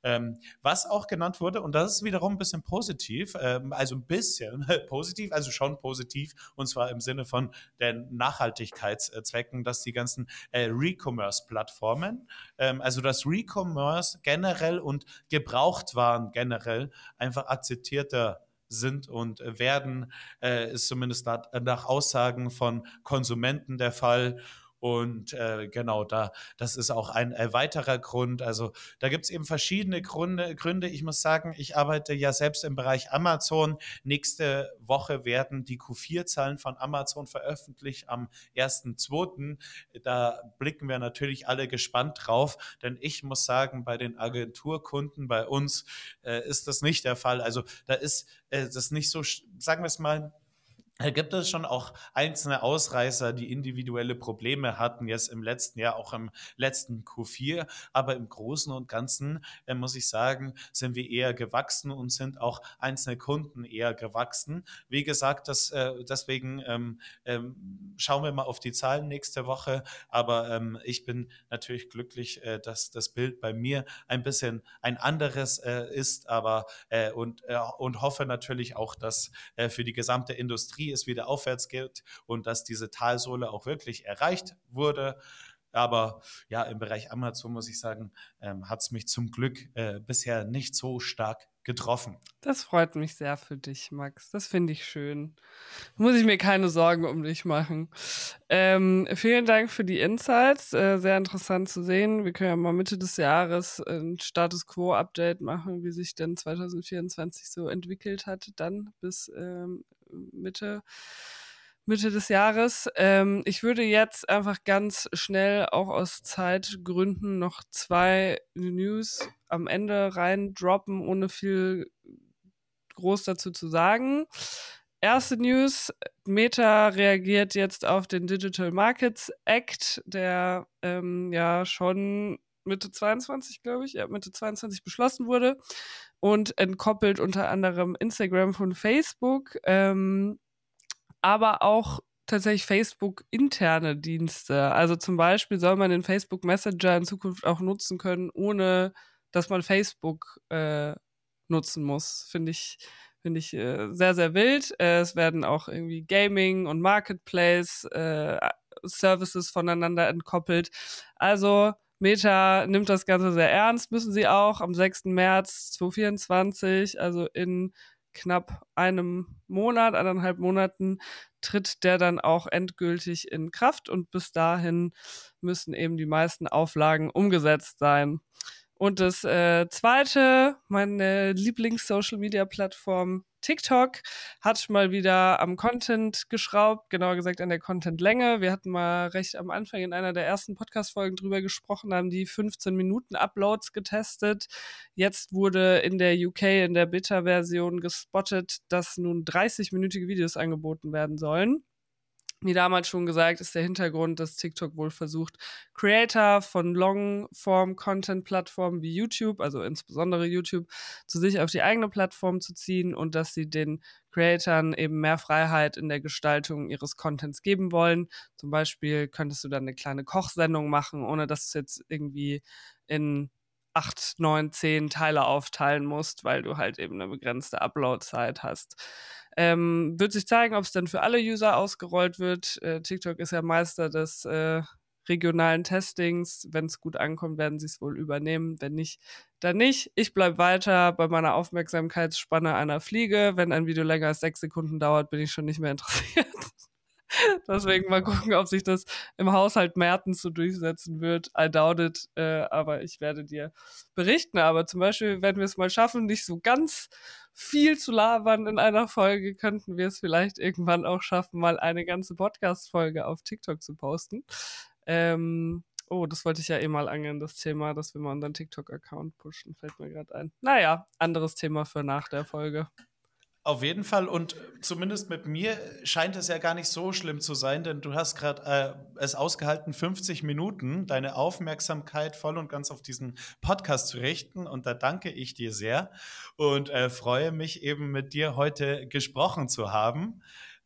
Was auch genannt wurde, und das ist wiederum ein bisschen positiv, also ein bisschen positiv, also schon positiv, und zwar im Sinne von den Nachhaltigkeitszwecken, dass die ganzen Recommerce-Plattformen, also das Recommerce generell und Gebrauchtwaren generell einfach akzeptierter sind und werden, ist zumindest nach Aussagen von Konsumenten der Fall. Und genau, das ist auch ein weiterer Grund. Also da gibt es eben verschiedene Gründe. Ich muss sagen, ich arbeite ja selbst im Bereich Amazon. Nächste Woche werden die Q4-Zahlen von Amazon veröffentlicht am 1.2. Da blicken wir natürlich alle gespannt drauf, denn ich muss sagen, bei den Agenturkunden bei uns ist das nicht der Fall. Also da ist das nicht so, sagen wir es mal, da gibt es schon auch einzelne Ausreißer, die individuelle Probleme hatten, jetzt im letzten Jahr, auch im letzten Q4. Aber im Großen und Ganzen, muss ich sagen, sind wir eher gewachsen und sind auch einzelne Kunden eher gewachsen. Wie gesagt, deswegen schauen wir mal auf die Zahlen nächste Woche. Aber ich bin natürlich glücklich, dass das Bild bei mir ein bisschen ein anderes ist, aber und hoffe natürlich auch, dass für die gesamte Industrie es wieder aufwärts geht und dass diese Talsohle auch wirklich erreicht wurde. Aber ja, im Bereich Amazon muss ich sagen, hat es mich zum Glück bisher nicht so stark getroffen. Das freut mich sehr für dich, Max. Das finde ich schön. Muss ich mir keine Sorgen um dich machen. Vielen Dank für die Insights. Sehr interessant zu sehen. Wir können ja mal Mitte des Jahres ein Status Quo-Update machen, wie sich denn 2024 so entwickelt hat, dann bis Mitte, Mitte des Jahres. Ich würde jetzt einfach ganz schnell auch aus Zeitgründen noch 2 News am Ende rein droppen, ohne viel groß dazu zu sagen. Erste News, Meta reagiert jetzt auf den Digital Markets Act, der ja schon Mitte 22, glaube ich, ja, Mitte 22 beschlossen wurde und entkoppelt unter anderem Instagram von Facebook, aber auch tatsächlich Facebook interne Dienste. Also zum Beispiel soll man den Facebook Messenger in Zukunft auch nutzen können, ohne dass man Facebook nutzen muss. Finde ich sehr, sehr wild. Es werden auch irgendwie Gaming und Marketplace Services voneinander entkoppelt. Also Meta nimmt das Ganze sehr ernst, müssen sie auch am 6. März 2024, also in knapp einem Monat, 1,5 Monaten, tritt der dann auch endgültig in Kraft und bis dahin müssen eben die meisten Auflagen umgesetzt sein. Und das zweite, meine Lieblings-Social-Media-Plattform TikTok hat mal wieder am Content geschraubt, genauer gesagt an der Contentlänge. Wir hatten mal recht am Anfang in einer der ersten Podcast-Folgen drüber gesprochen, haben die 15 Minuten Uploads getestet. Jetzt wurde in der UK, in der Beta-Version gespottet, dass nun 30-minütige Videos angeboten werden sollen. Wie damals schon gesagt, ist der Hintergrund, dass TikTok wohl versucht, Creator von Long-Form-Content-Plattformen wie YouTube, also insbesondere YouTube, zu sich auf die eigene Plattform zu ziehen und dass sie den Creatoren eben mehr Freiheit in der Gestaltung ihres Contents geben wollen. Zum Beispiel könntest du dann eine kleine Kochsendung machen, ohne dass du jetzt irgendwie in 8, 9, 10 Teile aufteilen musst, weil du halt eben eine begrenzte Upload-Zeit hast. Wird sich zeigen, ob es dann für alle User ausgerollt wird. TikTok ist ja Meister des regionalen Testings. Wenn es gut ankommt, werden sie es wohl übernehmen. Wenn nicht, dann nicht. Ich bleibe weiter bei meiner Aufmerksamkeitsspanne einer Fliege. Wenn ein Video länger als 6 Sekunden dauert, bin ich schon nicht mehr interessiert. Deswegen mal gucken, ob sich das im Haushalt Mertens so durchsetzen wird. I doubt it, aber ich werde dir berichten. Aber zum Beispiel, wenn wir es mal schaffen, nicht so ganz viel zu labern in einer Folge, könnten wir es vielleicht irgendwann auch schaffen, mal eine ganze Podcast-Folge auf TikTok zu posten. Das wollte ich ja eh mal angehen, das Thema, dass wir mal unseren TikTok-Account pushen, fällt mir gerade ein. Naja, anderes Thema für nach der Folge. Auf jeden Fall, und zumindest mit mir scheint es ja gar nicht so schlimm zu sein, denn du hast gerade es ausgehalten, 50 Minuten deine Aufmerksamkeit voll und ganz auf diesen Podcast zu richten, und da danke ich dir sehr und freue mich eben mit dir heute gesprochen zu haben,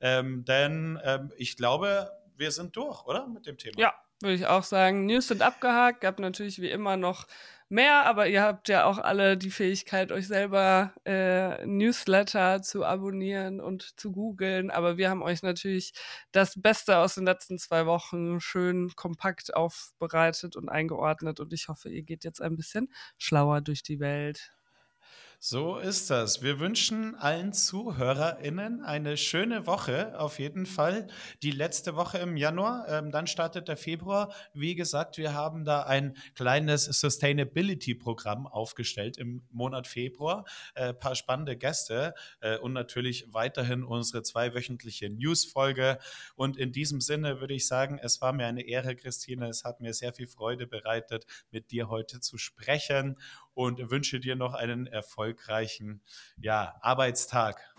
denn ich glaube, wir sind durch, oder, mit dem Thema? Ja, würde ich auch sagen. News sind abgehakt, gab natürlich wie immer noch mehr, aber ihr habt ja auch alle die Fähigkeit, euch selber Newsletter zu abonnieren und zu googeln. Aber wir haben euch natürlich das Beste aus den letzten 2 Wochen schön kompakt aufbereitet und eingeordnet. Und ich hoffe, ihr geht jetzt ein bisschen schlauer durch die Welt. So ist das. Wir wünschen allen ZuhörerInnen eine schöne Woche, auf jeden Fall. Die letzte Woche im Januar, dann startet der Februar. Wie gesagt, wir haben da ein kleines Sustainability-Programm aufgestellt im Monat Februar. Paar spannende Gäste und natürlich weiterhin unsere 2-wöchentliche News-Folge. Und in diesem Sinne würde ich sagen, es war mir eine Ehre, Christine. Es hat mir sehr viel Freude bereitet, mit dir heute zu sprechen, und wünsche dir noch einen erfolgreichen Arbeitstag.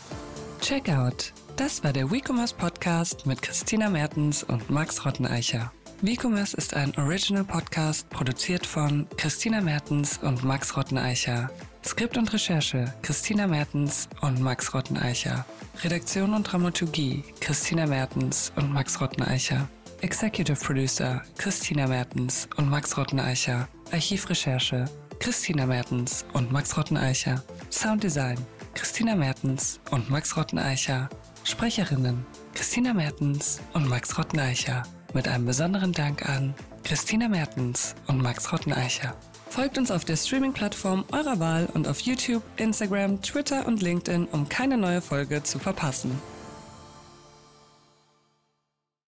Checkout. Das war der WeCommerce Podcast mit Christina Mertens und Max Rotteneicher. WeCommerce ist ein Original Podcast, produziert von Christina Mertens und Max Rotteneicher. Skript und Recherche Christina Mertens und Max Rotteneicher. Redaktion und Dramaturgie Christina Mertens und Max Rotteneicher. Executive Producer Christina Mertens und Max Rotteneicher. Archivrecherche Christina Mertens und Max Rotteneicher. Sounddesign Christina Mertens und Max Rotteneicher. Sprecherinnen Christina Mertens und Max Rotteneicher. Mit einem besonderen Dank an Christina Mertens und Max Rotteneicher. Folgt uns auf der Streaming-Plattform eurer Wahl und auf YouTube, Instagram, Twitter und LinkedIn, um keine neue Folge zu verpassen.